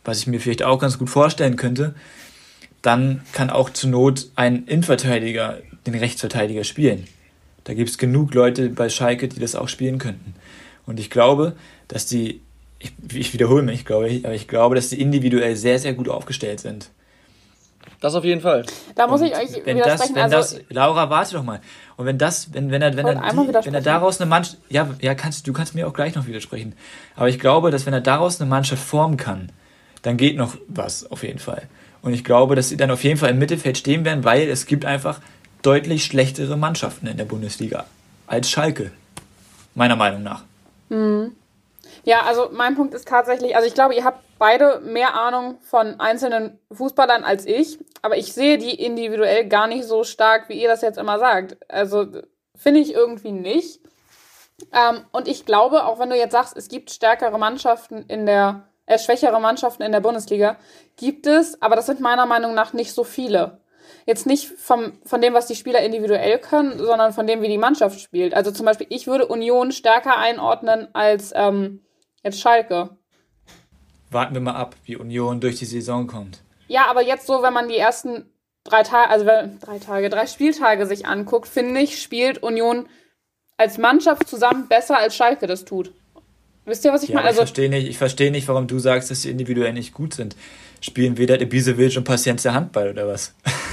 was ich mir vielleicht auch ganz gut vorstellen könnte, dann kann auch zur Not ein Innenverteidiger den Rechtsverteidiger spielen. Da gibt es genug Leute bei Schalke, die das auch spielen könnten. Und ich glaube, dass die, ich, ich wiederhole mich, glaube ich, aber ich glaube, dass die individuell sehr, sehr gut aufgestellt sind. Das auf jeden Fall. Da muss Und ich euch wenn widersprechen. Das, wenn also, das, Laura, warte doch mal. Und wenn das, wenn, wenn er, wenn er, einmal die, widersprechen. wenn er daraus eine Mannschaft, ja, ja, kannst, du kannst mir auch gleich noch widersprechen. Aber ich glaube, dass wenn er daraus eine Mannschaft formen kann, dann geht noch was, auf jeden Fall. Und ich glaube, dass sie dann auf jeden Fall im Mittelfeld stehen werden, weil es gibt einfach deutlich schlechtere Mannschaften in der Bundesliga als Schalke. Meiner Meinung nach. Mhm. Ja, also mein Punkt ist tatsächlich, also ich glaube, ihr habt beide mehr Ahnung von einzelnen Fußballern als ich, aber ich sehe die individuell gar nicht so stark, wie ihr das jetzt immer sagt. Also finde ich irgendwie nicht. Ähm, und ich glaube, auch wenn du jetzt sagst, es gibt stärkere Mannschaften in der, äh, schwächere Mannschaften in der Bundesliga, gibt es, aber das sind meiner Meinung nach nicht so viele. Jetzt nicht vom, von dem, was die Spieler individuell können, sondern von dem, wie die Mannschaft spielt. Also zum Beispiel, ich würde Union stärker einordnen als ähm, jetzt Schalke. Warten wir mal ab, wie Union durch die Saison kommt. Ja, aber jetzt so, wenn man die ersten drei Tage, also wenn, drei Tage, drei Spieltage sich anguckt, finde ich, spielt Union als Mannschaft zusammen besser, als Schalke das tut. Wisst ihr, was ich ja, meine? Also, ich verstehe nicht, ich verstehe nicht, warum du sagst, dass sie individuell nicht gut sind. Spielen weder Ibisevic und Paciencia Handball oder was?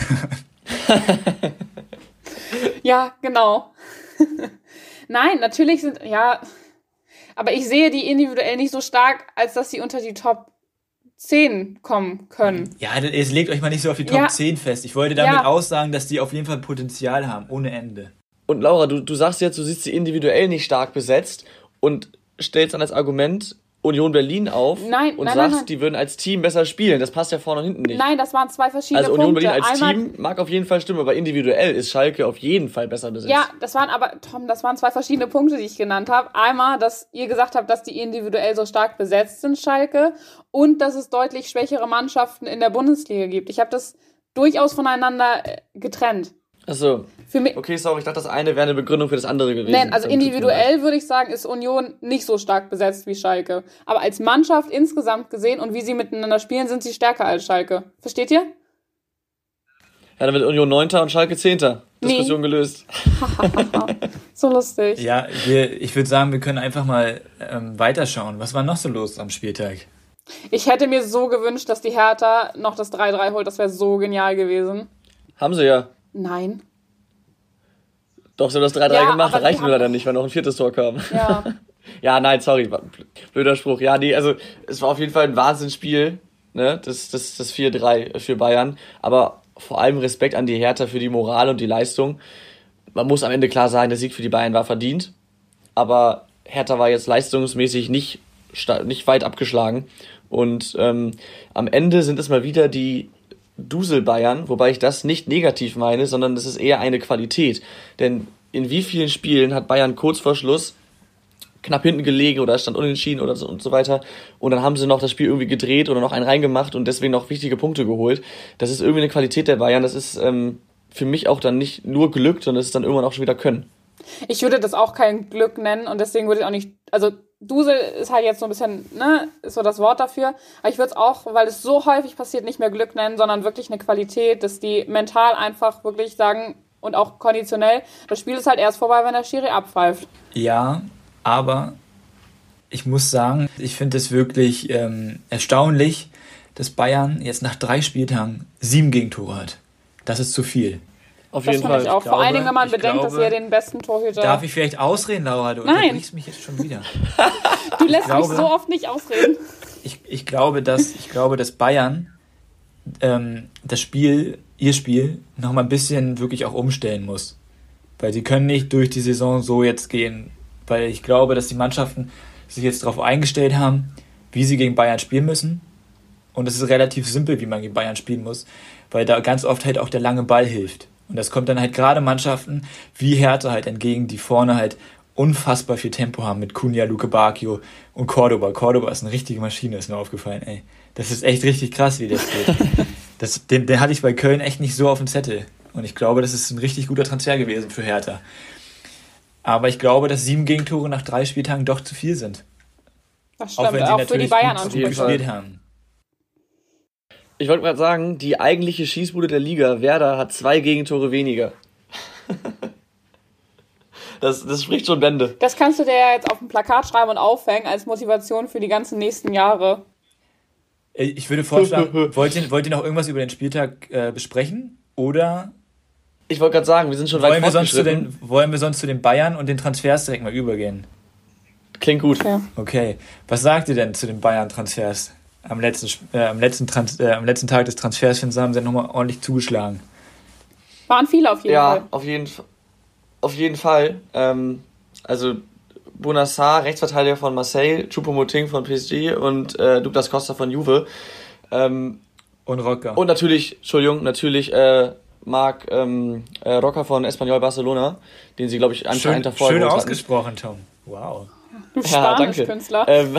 ja, genau. Nein, natürlich sind, ja, aber ich sehe die individuell nicht so stark, als dass sie unter die Top zehn kommen können. Ja, jetzt legt euch mal nicht so auf die Top ja. zehn fest. Ich wollte damit ja. aussagen, dass die auf jeden Fall Potenzial haben, ohne Ende. Und Laura, du, du sagst jetzt, du siehst sie individuell nicht stark besetzt und stellst dann als Argument Union Berlin auf nein, und nein, sagst, nein, nein. die würden als Team besser spielen. Das passt ja vorne und hinten nicht. Nein, das waren zwei verschiedene Also Union Punkte. Berlin als Einmal, Team mag auf jeden Fall stimmen, aber individuell ist Schalke auf jeden Fall besser besetzt. Ja, das waren aber, Tom, das waren zwei verschiedene Punkte, die ich genannt habe. Einmal, dass ihr gesagt habt, dass die individuell so stark besetzt sind, Schalke, und dass es deutlich schwächere Mannschaften in der Bundesliga gibt. Ich habe das durchaus voneinander getrennt. Achso. Für mich, okay, sorry, ich dachte, das eine wäre eine Begründung für das andere gewesen. Nein, also individuell würde ich sagen, ist Union nicht so stark besetzt wie Schalke. Aber als Mannschaft insgesamt gesehen und wie sie miteinander spielen, sind sie stärker als Schalke. Versteht ihr? Ja, dann wird Union Neunter und Schalke Zehnter. Diskussion nee. gelöst. So lustig. Ja, wir, ich würde sagen, wir können einfach mal ähm, weiterschauen. Was war noch so los am Spieltag? Ich hätte mir so gewünscht, dass die Hertha noch das drei drei holt. Das wäre so genial gewesen. Haben sie ja. Nein. Doch, sie haben das drei drei ja, gemacht, reicht nur leider nicht, weil noch ein viertes Tor kam. Ja. ja, nein, sorry, blöder Spruch. Ja, nee, also es war auf jeden Fall ein Wahnsinnsspiel, ne, das, das, das vier drei für Bayern, aber vor allem Respekt an die Hertha für die Moral und die Leistung. Man muss am Ende klar sagen, der Sieg für die Bayern war verdient, aber Hertha war jetzt leistungsmäßig nicht, nicht weit abgeschlagen und ähm, am Ende sind es mal wieder die Dusel-Bayern, wobei ich das nicht negativ meine, sondern das ist eher eine Qualität. Denn in wie vielen Spielen hat Bayern kurz vor Schluss knapp hinten gelegen oder stand unentschieden oder so und so weiter und dann haben sie noch das Spiel irgendwie gedreht oder noch einen reingemacht und deswegen noch wichtige Punkte geholt. Das ist irgendwie eine Qualität der Bayern, das ist ähm, für mich auch dann nicht nur Glück, sondern das ist dann irgendwann auch schon wieder Können. Ich würde das auch kein Glück nennen und deswegen würde ich auch nicht, also Dusel ist halt jetzt so ein bisschen, ne, ist so das Wort dafür. Aber ich würde es auch, weil es so häufig passiert, nicht mehr Glück nennen, sondern wirklich eine Qualität, dass die mental einfach wirklich sagen und auch konditionell, das Spiel ist halt erst vorbei, wenn der Schiri abpfeift. Ja, aber ich muss sagen, ich finde es wirklich ähm, erstaunlich, dass Bayern jetzt nach drei Spieltagen sieben Gegentore hat. Das ist zu viel. Auf das jeden Fall. Ich auch. Ich Vor allen Dingen, wenn man ich bedenkt, glaube, dass ihr den besten Torhüter... Darf ich vielleicht ausreden, Laura? Du Nein. unterbrichst mich jetzt schon wieder. Du lässt glaube, mich so oft nicht ausreden. Ich, ich, glaube, dass, ich glaube, dass Bayern ähm, das Spiel, ihr Spiel, noch mal ein bisschen wirklich auch umstellen muss. Weil sie können nicht durch die Saison so jetzt gehen. Weil ich glaube, dass die Mannschaften sich jetzt darauf eingestellt haben, wie sie gegen Bayern spielen müssen. Und es ist relativ simpel, wie man gegen Bayern spielen muss. Weil da ganz oft halt auch der lange Ball hilft. Und das kommt dann halt gerade Mannschaften wie Hertha halt entgegen, die vorne halt unfassbar viel Tempo haben mit Cunha, Luke Bacchio und Cordoba. Cordoba ist eine richtige Maschine, ist mir aufgefallen, ey. Das ist echt richtig krass, wie das geht. Das, den, den hatte ich bei Köln echt nicht so auf dem Zettel. Und ich glaube, das ist ein richtig guter Transfer gewesen für Hertha. Aber ich glaube, dass sieben Gegentore nach drei Spieltagen doch zu viel sind. Das stimmt, auch wenn sie auch natürlich für die Bayern gut ansprechen. gespielt haben. Ich wollte gerade sagen, die eigentliche Schießbude der Liga, Werder, hat zwei Gegentore weniger. das, das spricht schon Bände. Das kannst du dir ja jetzt auf ein Plakat schreiben und aufhängen als Motivation für die ganzen nächsten Jahre. Ich würde vorschlagen, wollt ihr, wollt ihr noch irgendwas über den Spieltag äh, besprechen? Oder Ich wollte gerade sagen, wir sind schon weit wollen wir, sonst zu fortgeschritten. den, wollen wir sonst zu den Bayern und den Transfers direkt mal übergehen? Klingt gut. Ja. Okay, was sagt ihr denn zu den Bayern-Transfers? Am letzten, äh, am, letzten Trans- äh, am letzten Tag des Transfersfensters haben sie nochmal ordentlich zugeschlagen. Waren viele auf jeden Ja, Fall. auf jeden, auf jeden Fall. Ähm, also Bonassar, Rechtsverteidiger von Marseille, Choupo-Moting von P S G und äh, Douglas Costa von Juve. Ähm, Und Rocker. und natürlich, Entschuldigung, natürlich äh, Marc ähm, äh, Roca von Espanyol Barcelona, den sie, glaube ich, anscheinend schön davor schön geholt hatten. ausgesprochen, Tom. Wow. Du Ja, danke. Spanisch-Künstler. Ähm,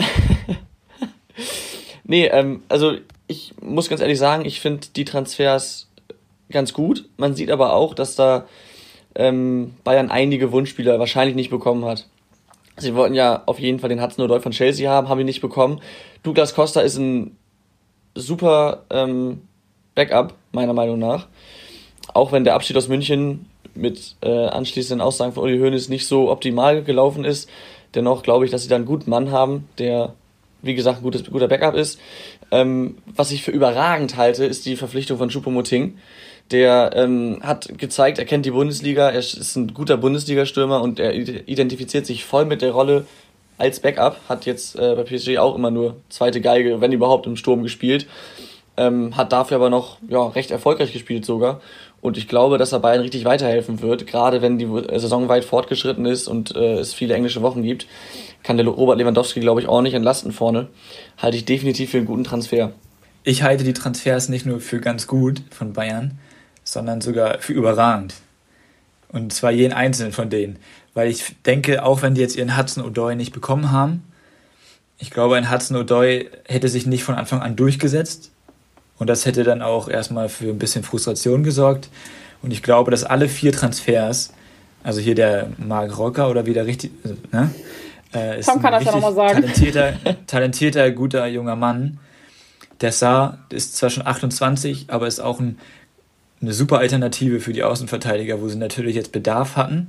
nee, ähm, also ich muss ganz ehrlich sagen, ich finde die Transfers ganz gut. Man sieht aber auch, dass da ähm, Bayern einige Wunschspieler wahrscheinlich nicht bekommen hat. Sie wollten ja auf jeden Fall den Hudson-Odoi von Chelsea haben, haben ihn nicht bekommen. Douglas Costa ist ein super ähm, Backup, meiner Meinung nach. Auch wenn der Abschied aus München mit äh, anschließenden Aussagen von Uli Hoeneß nicht so optimal gelaufen ist, dennoch glaube ich, dass sie da einen guten Mann haben, der, wie gesagt, ein gutes, guter Backup ist. Ähm, was ich für überragend halte, ist die Verpflichtung von Choupo-Moting. Der ähm, hat gezeigt, er kennt die Bundesliga, er ist ein guter Bundesliga-Stürmer und er identifiziert sich voll mit der Rolle als Backup. Hat jetzt äh, bei P S G auch immer nur zweite Geige, wenn überhaupt, im Sturm gespielt. Ähm, hat dafür aber noch ja, recht erfolgreich gespielt sogar. Und ich glaube, dass er Bayern richtig weiterhelfen wird, gerade wenn die Saison weit fortgeschritten ist und äh, es viele englische Wochen gibt, kann der Robert Lewandowski, glaube ich, auch nicht entlasten vorne. Halte ich definitiv für einen guten Transfer. Ich halte die Transfers nicht nur für ganz gut von Bayern, sondern sogar für überragend. Und zwar jeden einzelnen von denen. Weil ich denke, auch wenn die jetzt ihren Hudson-Odoi nicht bekommen haben, ich glaube, ein Hudson-Odoi hätte sich nicht von Anfang an durchgesetzt. Und das hätte dann auch erstmal für ein bisschen Frustration gesorgt. Und ich glaube, dass alle vier Transfers, also hier der Marc Rocker oder wie der richtig, ne, äh, ist Tom kann ein das ja richtig noch mal sagen. talentierter, talentierter, guter junger Mann. Der Sarr ist zwar schon achtundzwanzig, aber ist auch ein, eine super Alternative für die Außenverteidiger, wo sie natürlich jetzt Bedarf hatten.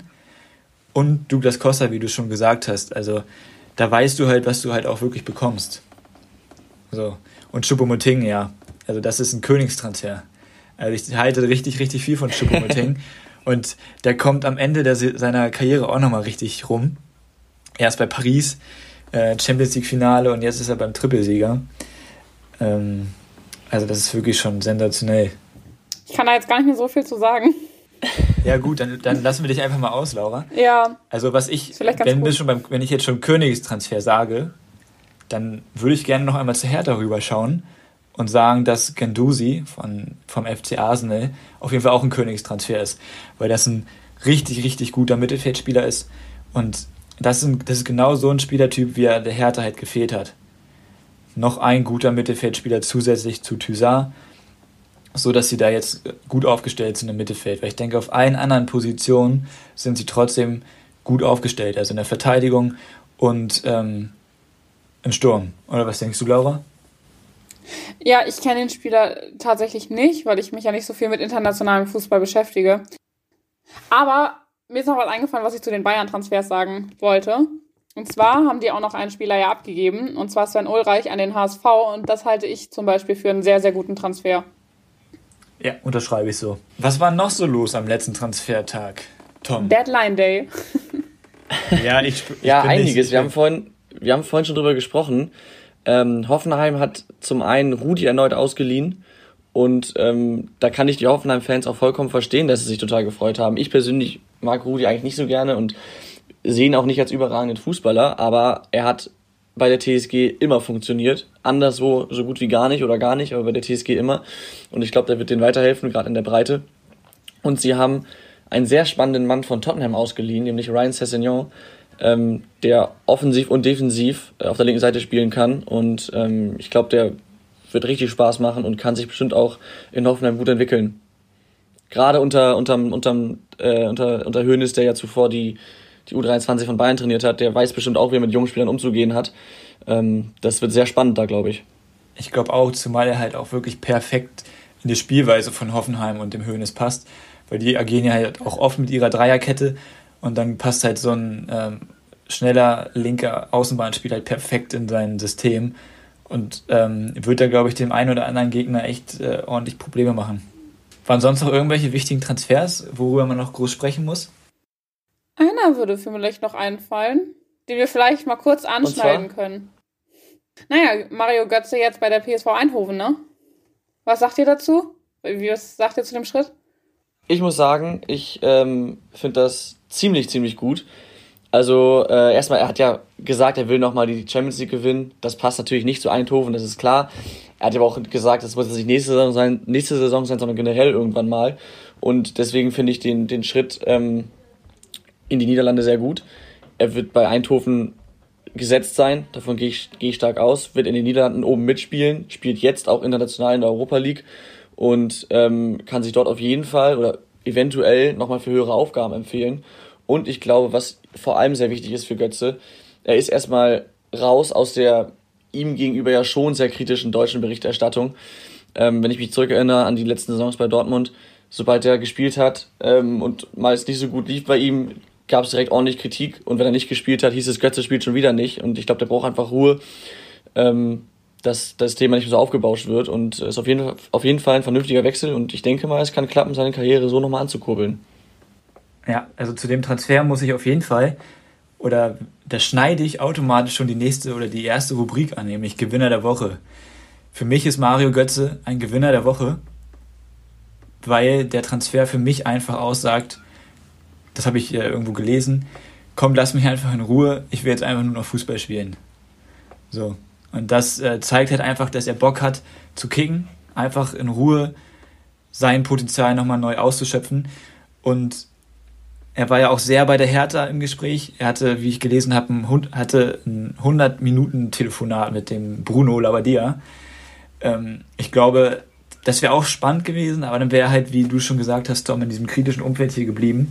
Und Douglas Costa, wie du schon gesagt hast, also da weißt du halt, was du halt auch wirklich bekommst. So. Und Choupo-Moting, ja. Also das ist ein Königstransfer. Also ich halte richtig, richtig viel von Choupo-Moting. Und der kommt am Ende der, seiner Karriere auch nochmal richtig rum. Erst bei Paris, äh, Champions League-Finale und jetzt ist er beim Trippelsieger. Ähm, also das ist wirklich schon sensationell. Ich kann da jetzt gar nicht mehr so viel zu sagen. Ja gut, dann, dann lassen wir dich einfach mal aus, Laura. Ja. Also was ich, Vielleicht ganz wenn, gut. wir schon beim, wenn ich jetzt schon Königstransfer sage, dann würde ich gerne noch einmal zu Hertha rüberschauen und sagen, dass Guendouzi von, vom F C Arsenal auf jeden Fall auch ein Königstransfer ist, weil das ein richtig, richtig guter Mittelfeldspieler ist und das ist, ein, das ist genau so ein Spielertyp, wie er der Hertha halt gefehlt hat. Noch ein guter Mittelfeldspieler zusätzlich zu Thysar, so dass sie da jetzt gut aufgestellt sind im Mittelfeld, weil ich denke, auf allen anderen Positionen sind sie trotzdem gut aufgestellt, also in der Verteidigung und ähm, im Sturm. Oder was denkst du, Laura? Ja, ich kenne den Spieler tatsächlich nicht, weil ich mich ja nicht so viel mit internationalem Fußball beschäftige. Aber mir ist noch was eingefallen, was ich zu den Bayern-Transfers sagen wollte. Und zwar haben die auch noch einen Spieler ja abgegeben, und zwar Sven Ulreich an den H S V. Und das halte ich zum Beispiel für einen sehr, sehr guten Transfer. Ja, unterschreibe ich so. Was war noch so los am letzten Transfertag, Tom? Deadline Day. Ja, ich, ich Ja, bin einiges. nicht, Wir haben vorhin, wir haben vorhin schon drüber gesprochen. Ähm, Hoffenheim hat zum einen Rudi erneut ausgeliehen und ähm, da kann ich die Hoffenheim-Fans auch vollkommen verstehen, dass sie sich total gefreut haben. Ich persönlich mag Rudi eigentlich nicht so gerne und sehe ihn auch nicht als überragenden Fußballer, aber er hat bei der T S G immer funktioniert. Anderswo so gut wie gar nicht oder gar nicht, aber bei der T S G immer. Und ich glaube, der wird denen weiterhelfen, gerade in der Breite. Und sie haben einen sehr spannenden Mann von Tottenham ausgeliehen, nämlich Ryan Sessegnon, ähm, der offensiv und defensiv äh, auf der linken Seite spielen kann. Und ähm, ich glaube, der wird richtig Spaß machen und kann sich bestimmt auch in Hoffenheim gut entwickeln. Gerade unter, unterm, unterm, äh, unter, unter Hoeneß, der ja zuvor die die U dreiundzwanzig von Bayern trainiert hat, der weiß bestimmt auch, wie er mit jungen Spielern umzugehen hat. Ähm, das wird sehr spannend da, glaube ich. Ich glaube auch, zumal er halt auch wirklich perfekt in die Spielweise von Hoffenheim und dem Hoeneß passt, weil die agieren ja halt auch oft mit ihrer Dreierkette und dann passt halt so ein ähm, schneller linker Außenbahnspieler halt perfekt in sein System und ähm, wird da, glaube ich, dem einen oder anderen Gegner echt äh, ordentlich Probleme machen. Waren sonst noch irgendwelche wichtigen Transfers, worüber man noch groß sprechen muss? Einer würde für mich noch einfallen, den wir vielleicht mal kurz anschneiden können. Naja, Mario Götze jetzt bei der P S V Eindhoven, ne? Was sagt ihr dazu? Wie, was sagt ihr zu dem Schritt? Ich muss sagen, ich ähm, finde das ziemlich, ziemlich gut. Also äh, erstmal, er hat ja gesagt, er will nochmal die Champions League gewinnen. Das passt natürlich nicht zu Eindhoven, das ist klar. Er hat aber auch gesagt, das muss jetzt nicht nächste Saison sein, nächste Saison sein, sondern generell irgendwann mal. Und deswegen finde ich den, den Schritt ähm, in die Niederlande sehr gut. Er wird bei Eindhoven gesetzt sein, davon gehe ich, gehe ich stark aus, wird in den Niederlanden oben mitspielen, spielt jetzt auch international in der Europa League und ähm, kann sich dort auf jeden Fall oder eventuell nochmal für höhere Aufgaben empfehlen. Und ich glaube, was vor allem sehr wichtig ist für Götze, er ist erstmal raus aus der ihm gegenüber ja schon sehr kritischen deutschen Berichterstattung. Ähm, wenn ich mich zurückerinnere an die letzten Saisons bei Dortmund, sobald er gespielt hat ähm, und mal es nicht so gut lief bei ihm, gab es direkt ordentlich Kritik und wenn er nicht gespielt hat, hieß es, Götze spielt schon wieder nicht und ich glaube, der braucht einfach Ruhe, ähm, dass das Thema nicht mehr so aufgebauscht wird und es ist auf jeden, auf jeden Fall ein vernünftiger Wechsel und ich denke mal, es kann klappen, seine Karriere so nochmal anzukurbeln. Ja, also zu dem Transfer muss ich auf jeden Fall, oder da schneide ich automatisch schon die nächste oder die erste Rubrik an, nämlich Gewinner der Woche. Für mich ist Mario Götze ein Gewinner der Woche, weil der Transfer für mich einfach aussagt, das habe ich äh, irgendwo gelesen, komm, lass mich einfach in Ruhe, ich will jetzt einfach nur noch Fußball spielen. So. Und das äh, zeigt halt einfach, dass er Bock hat zu kicken, einfach in Ruhe sein Potenzial nochmal neu auszuschöpfen. Und er war ja auch sehr bei der Hertha im Gespräch. Er hatte, wie ich gelesen habe, ein, hatte ein hundert Minuten Telefonat mit dem Bruno Labbadia. Ähm, ich glaube, das wäre auch spannend gewesen, aber dann wäre er halt, wie du schon gesagt hast, Tom, in diesem kritischen Umfeld hier geblieben.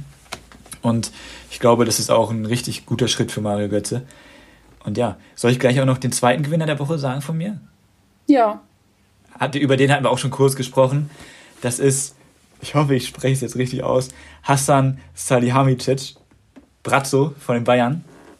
Und ich glaube, das ist auch ein richtig guter Schritt für Mario Götze. Und ja, soll ich gleich auch noch den zweiten Gewinner der Woche sagen von mir? Ja. Hatte, über den hatten wir auch schon kurz gesprochen. Das ist, ich hoffe, ich spreche es jetzt richtig aus, Hasan Salihamidzic, Brazzo von den Bayern.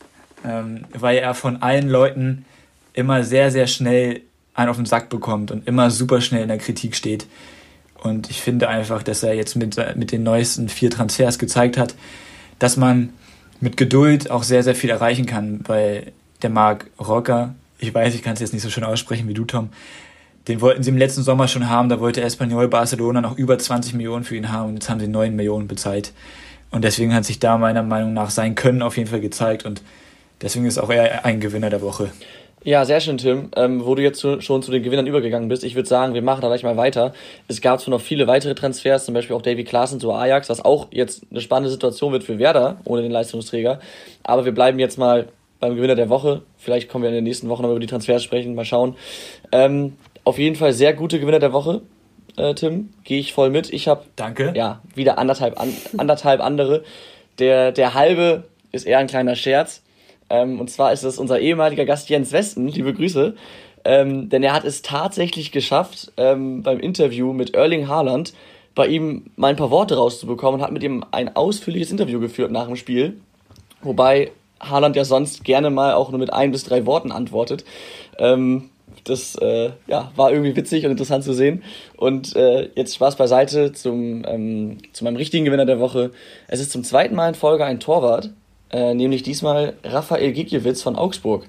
Ähm, weil er von allen Leuten immer sehr, sehr schnell einen auf den Sack bekommt und immer super schnell in der Kritik steht. Und ich finde einfach, dass er jetzt mit, mit den neuesten vier Transfers gezeigt hat, dass man mit Geduld auch sehr, sehr viel erreichen kann, weil der Marc Roca, ich weiß, ich kann es jetzt nicht so schön aussprechen wie du, Tom, den wollten sie im letzten Sommer schon haben, da wollte Espanyol Barcelona noch über zwanzig Millionen für ihn haben und jetzt haben sie neun Millionen bezahlt. Und deswegen hat sich da meiner Meinung nach sein Können auf jeden Fall gezeigt und deswegen ist auch er ein Gewinner der Woche. Ja, sehr schön, Tim. Ähm, wo du jetzt zu, schon zu den Gewinnern übergegangen bist, ich würde sagen, wir machen da gleich mal weiter. Es gab zwar noch viele weitere Transfers, zum Beispiel auch Davy Klaassen zu Ajax, was auch jetzt eine spannende Situation wird für Werder, ohne den Leistungsträger. Aber wir bleiben jetzt mal beim Gewinner der Woche. Vielleicht kommen wir in den nächsten Wochen noch über die Transfers sprechen, mal schauen. Ähm, auf jeden Fall sehr gute Gewinner der Woche, äh, Tim. Gehe ich voll mit. Ich habe Danke. Ja, wieder anderthalb, an, anderthalb andere. Der, der halbe ist eher ein kleiner Scherz. Ähm, und zwar ist es unser ehemaliger Gast Jens Westen, liebe Grüße, ähm, denn er hat es tatsächlich geschafft, ähm, beim Interview mit Erling Haaland bei ihm mal ein paar Worte rauszubekommen und hat mit ihm ein ausführliches Interview geführt nach dem Spiel, wobei Haaland ja sonst gerne mal auch nur mit ein bis drei Worten antwortet. Ähm, das äh, ja, war irgendwie witzig und interessant zu sehen. Und äh, jetzt Spaß beiseite zum, ähm, zu meinem richtigen Gewinner der Woche. Es ist zum zweiten Mal in Folge ein Torwart, Äh, nämlich diesmal Rafael Gikiewicz von Augsburg.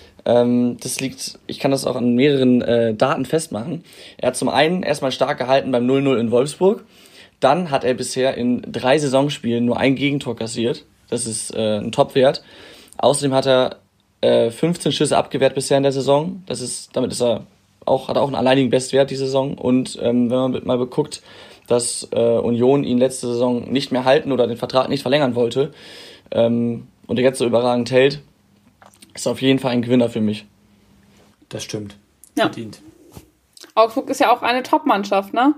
Ähm, das liegt, ich kann das auch an mehreren äh, Daten festmachen. Er hat zum einen erstmal stark gehalten beim null null in Wolfsburg. Dann hat er bisher in drei Saisonspielen nur ein Gegentor kassiert. Das ist äh, ein Topwert. Außerdem hat er äh, fünfzehn Schüsse abgewehrt bisher in der Saison. Das ist, damit ist er auch, hat er auch einen alleinigen Bestwert die Saison. Und ähm, wenn man mal guckt, dass äh, Union ihn letzte Saison nicht mehr halten oder den Vertrag nicht verlängern wollte, Ähm, und der jetzt so überragend hält, ist auf jeden Fall ein Gewinner für mich. Das stimmt. Ja. Verdient. Augsburg ist ja auch eine Top-Mannschaft, ne?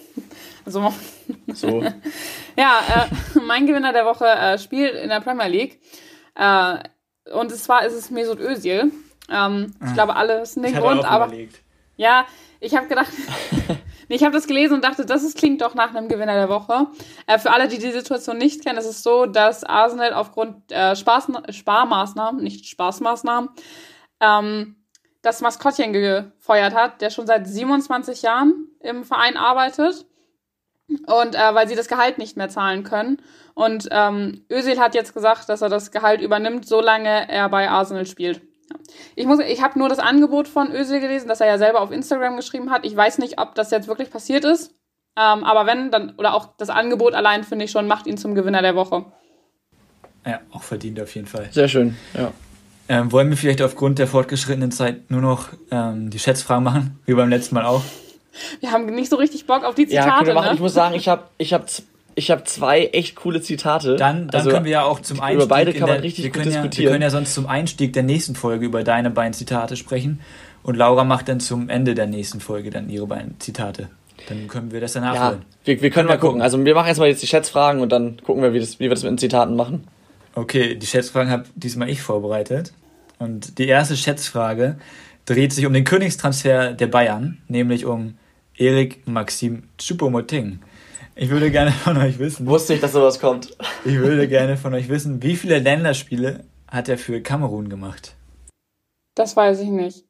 Also, So. ja, äh, mein Gewinner der Woche äh, spielt in der Premier League. Äh, und zwar ist es Mesut Özil. Ähm, ich glaube, alle wissen den Ich hatte Grund, auch aber überlegt. Ja, ich habe gedacht, ich habe das gelesen und dachte, das ist, klingt doch nach einem Gewinner der Woche. Äh, für alle, die die Situation nicht kennen, ist es so, dass Arsenal aufgrund äh, Spaß, Sparmaßnahmen, nicht Spaßmaßnahmen, ähm, das Maskottchen gefeuert hat, der schon seit siebenundzwanzig Jahren im Verein arbeitet. Und äh, weil sie das Gehalt nicht mehr zahlen können. Und ähm, Özil hat jetzt gesagt, dass er das Gehalt übernimmt, solange er bei Arsenal spielt. Ich muss, ich habe nur das Angebot von Özil gelesen, das er ja selber auf Instagram geschrieben hat. Ich weiß nicht, ob das jetzt wirklich passiert ist. Ähm, aber wenn, dann, oder auch das Angebot allein, finde ich schon, macht ihn zum Gewinner der Woche. Ja, auch verdient auf jeden Fall. Sehr schön, ja. Ähm, wollen wir vielleicht aufgrund der fortgeschrittenen Zeit nur noch ähm, die Schätzfragen machen, wie beim letzten Mal auch? Wir haben nicht so richtig Bock auf die Zitate, ja, können wir machen. Ne? Ich muss sagen, ich habe ich hab, ich hab zwei echt coole Zitate. Dann, dann also, können wir ja auch zum Einstieg... Über beide kann man der, richtig wir gut können ja, diskutieren. Wir können ja sonst zum Einstieg der nächsten Folge über deine beiden Zitate sprechen und Laura macht dann zum Ende der nächsten Folge dann ihre beiden Zitate. Dann können wir das dann nachholen. Ja, wir, wir können mal gucken. Also wir machen erstmal jetzt die Schätzfragen und dann gucken wir, wie, das, wie wir das mit den Zitaten machen. Okay, die Schätzfragen habe diesmal ich vorbereitet. Und die erste Schätzfrage dreht sich um den Königstransfer der Bayern, nämlich um Erik Maxim Choupo-Moting. Ich würde gerne von euch wissen... Wusste ich, dass sowas kommt. Ich würde gerne von euch wissen, wie viele Länderspiele hat er für Kamerun gemacht? Das weiß ich nicht.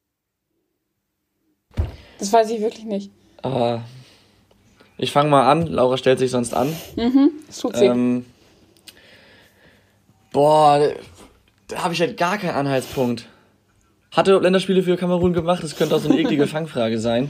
Das weiß ich wirklich nicht. Uh, ich fange mal an. Laura stellt sich sonst an. Mhm, das tut sie. Ähm, boah, da habe ich halt gar keinen Anhaltspunkt. Hat er Länderspiele für Kamerun gemacht? Das könnte auch so eine eklige Fangfrage sein.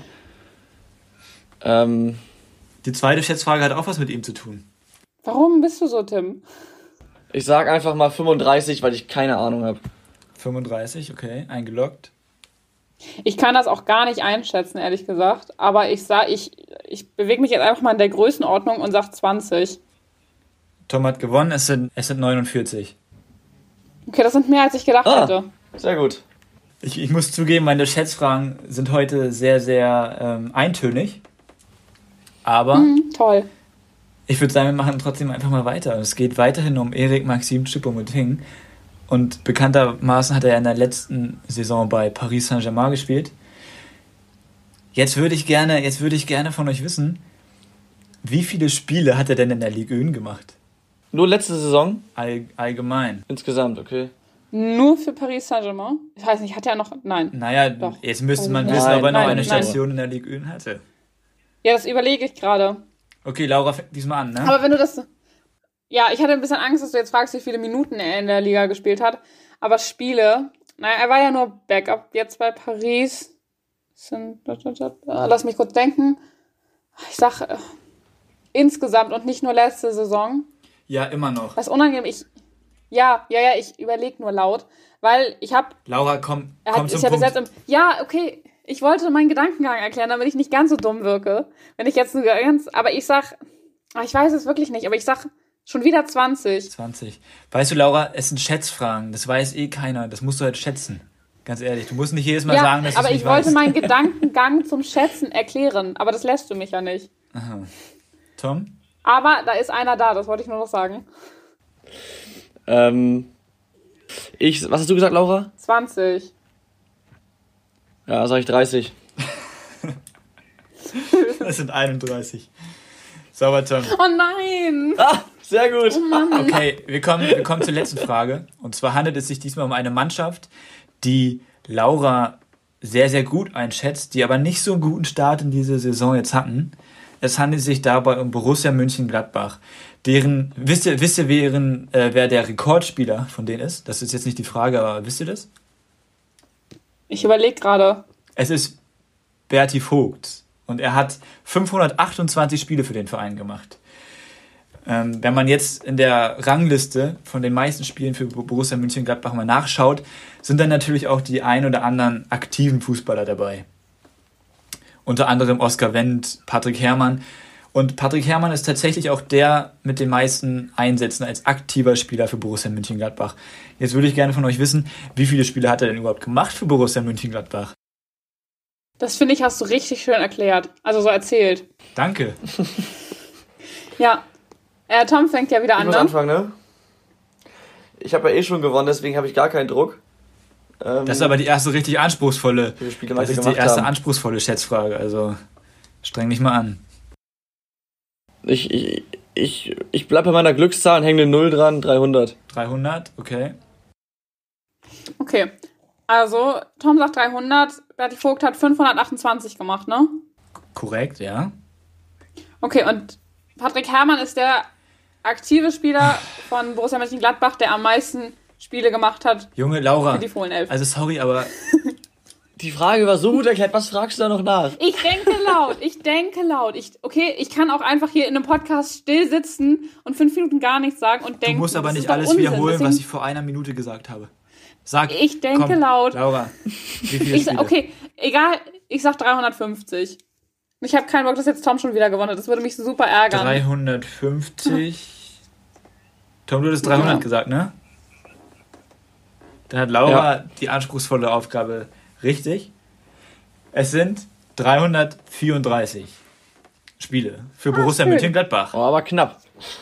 Ähm, Die zweite Schätzfrage hat auch was mit ihm zu tun. Warum bist du so, Tim? ich sag einfach mal fünfunddreißig, weil ich keine Ahnung habe. fünfunddreißig, okay, eingeloggt. Ich kann das auch gar nicht einschätzen, ehrlich gesagt. Aber ich sag, ich, ich bewege mich jetzt einfach mal in der Größenordnung und sag zwanzig. Tom hat gewonnen, es sind, es sind neunundvierzig. Okay, das sind mehr, als ich gedacht Ah. hätte. Sehr gut. Ich, ich muss zugeben, meine Schätzfragen sind heute sehr, sehr ähm, eintönig. Aber Mhm, toll. ich würde sagen, wir machen trotzdem einfach mal weiter. Es geht weiterhin um Erik Maxim Choupo-Moting. Und bekanntermaßen hat er ja in der letzten Saison bei Paris Saint-Germain gespielt. Jetzt würde ich gerne, jetzt würde ich gerne von euch wissen, wie viele Spiele hat er denn in der Ligue eins gemacht? Nur letzte Saison? All, allgemein. Insgesamt, okay. Nur für Paris Saint-Germain? Ich weiß nicht, hat er noch... Nein. Naja, Doch. jetzt müsste man Nein, wissen, ob er noch nein, eine nein. Station in der Ligue eins hatte. Ja, das überlege ich gerade. Okay, Laura, fängt diesmal an, ne? Aber wenn du das... Ja, ich hatte ein bisschen Angst, dass du jetzt fragst, wie viele Minuten er in der Liga gespielt hat. Aber Spiele... Naja, er war ja nur Backup. Jetzt bei Paris... Sind, lass mich kurz denken. Ich sag... Äh, insgesamt und nicht nur letzte Saison. Ja, immer noch. Was unangenehm, ich... Ja, ja, ja, ich überlege nur laut. Weil ich habe... Laura, komm, Er komm hat, zum ist ja bis Punkt. jetzt im, ja, okay. Ich wollte meinen Gedankengang erklären, damit ich nicht ganz so dumm wirke. Wenn ich jetzt nur ganz, aber ich sag, ah, ich weiß es wirklich nicht, aber ich sag schon wieder zwanzig. zwanzig. Weißt du, Laura, es sind Schätzfragen. Das weiß eh keiner. Das musst du halt schätzen. Ganz ehrlich, du musst nicht jedes Mal Ja, sagen, dass du aber es ich nicht wollte weißt. meinen Gedankengang zum Schätzen erklären, aber das lässt du mich ja nicht. Aha. Tom? Aber da ist einer da, das wollte ich nur noch sagen. Ähm, ich, was hast du gesagt, Laura? zwanzig. Ja, sag ich dreißig. Das sind einunddreißig. Sauber, Tom. Oh nein! Ah, sehr gut. Okay, wir kommen, wir kommen zur letzten Frage. Und zwar handelt es sich diesmal um eine Mannschaft, die Laura sehr, sehr gut einschätzt, die aber nicht so einen guten Start in diese Saison jetzt hatten. Es handelt sich dabei um Borussia Mönchengladbach. Deren, wisst ihr, wisst ihr wären, äh, wer der Rekordspieler von denen ist? Das ist jetzt nicht die Frage, aber wisst ihr das? Ich überlege gerade. Es ist Berti Vogt. Und er hat fünfhundertachtundzwanzig Spiele für den Verein gemacht. Ähm, wenn man jetzt in der Rangliste von den meisten Spielen für Borussia Mönchengladbach mal nachschaut, sind dann natürlich auch die ein oder anderen aktiven Fußballer dabei. Unter anderem Oskar Wendt, Patrick Herrmann. Und Patrick Herrmann ist tatsächlich auch der mit den meisten Einsätzen als aktiver Spieler für Borussia Mönchengladbach. Jetzt würde ich gerne von euch wissen, wie viele Spiele hat er denn überhaupt gemacht für Borussia Mönchengladbach? Das finde ich, hast du richtig schön erklärt. Also so erzählt. Danke. Ja. Äh, Tom fängt ja wieder Ich an, muss ne? anfangen, ne? Ich habe ja eh schon gewonnen, deswegen habe ich gar keinen Druck. Ähm, Das ist aber die erste richtig anspruchsvolle. wie viele Spiele Das wir ist die gemacht erste haben. anspruchsvolle Schätzfrage. Also streng dich mal an. Ich, ich, ich, ich bleib bei meiner Glückszahl und hänge eine Null dran, dreihundert. dreihundert, okay. Okay, also Tom sagt dreihundert, Berti Vogt hat fünfhundertachtundzwanzig gemacht, ne? Korrekt, ja. Okay, und Patrick Herrmann ist der aktive Spieler von Borussia Mönchengladbach, der am meisten Spiele gemacht hat Junge, Laura. für die Fohlenelf. Also sorry, aber Die Frage war so gut erklärt, was fragst du da noch nach? Ich denke laut, ich denke laut. Ich, okay, ich kann auch einfach hier in einem Podcast still sitzen und fünf Minuten gar nichts sagen und du denken. musst aber das nicht ist doch alles Unsinn. wiederholen, Deswegen, was ich vor einer Minute gesagt habe. Sag, Ich denke komm, laut. Laura, wie viele Ich, Spiele? okay, egal, ich sag dreihundertfünfzig. Ich habe keinen Bock, dass jetzt Tom schon wieder gewonnen hat. Das würde mich super ärgern. dreihundertfünfzig. Tom, du hattest dreihundert Ja. gesagt, ne? Dann hat Laura die anspruchsvolle Aufgabe richtig. Es sind dreihundertvierunddreißig Spiele für Borussia schön. Mönchengladbach. Oh, aber knapp.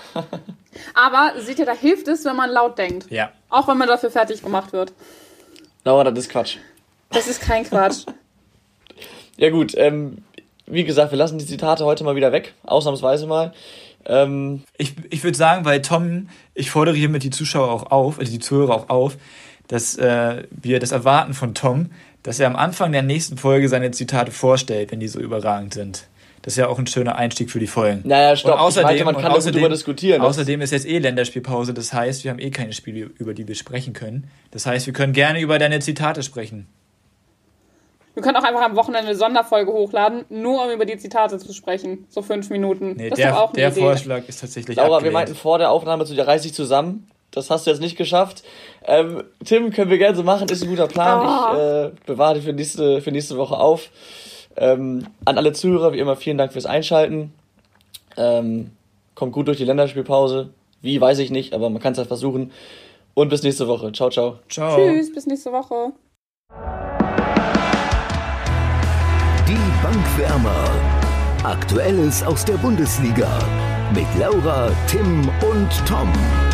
Aber seht ihr, da hilft es, wenn man laut denkt. Ja. Auch wenn man dafür fertig gemacht wird. Laura, das ist Quatsch. Das ist kein Quatsch. Ja gut, ähm, wie gesagt, wir lassen die Zitate heute mal wieder weg, ausnahmsweise mal. Ähm, Ich, ich würde sagen, weil Tom, ich fordere hiermit die Zuschauer auch auf, also die Zuhörer auch auf, dass äh, wir das erwarten von Tom, dass er am Anfang der nächsten Folge seine Zitate vorstellt, wenn die so überragend sind. Das ist ja auch ein schöner Einstieg für die Folgen. naja, stopp, Und außerdem, ich meinte, man und kann da gut außerdem, drüber diskutieren. Das- außerdem ist jetzt eh Länderspielpause, das heißt, wir haben eh keine Spiele, über die wir sprechen können. Das heißt, wir können gerne über deine Zitate sprechen. Wir können auch einfach am Wochenende eine Sonderfolge hochladen, nur um über die Zitate zu sprechen. So fünf Minuten. Nee, das ist doch der, auch eine der Idee. Vorschlag ist tatsächlich Laura, wir abgelehnt. meinten vor der Aufnahme zu dir, reiß dich zusammen. Das hast du jetzt nicht geschafft. Ähm, Tim, können wir gerne so machen, ist ein guter Plan. Oh. Ich äh, bewahre dich für nächste, für nächste Woche auf. Ähm, an alle Zuhörer, wie immer, vielen Dank fürs Einschalten. Ähm, kommt gut durch die Länderspielpause. Wie, weiß ich nicht, aber man kann es halt versuchen. Und bis nächste Woche. Ciao, ciao. Ciao. Tschüss, bis nächste Woche. Die Bankwärmer. Aktuelles aus der Bundesliga. Mit Laura, Tim und Tom.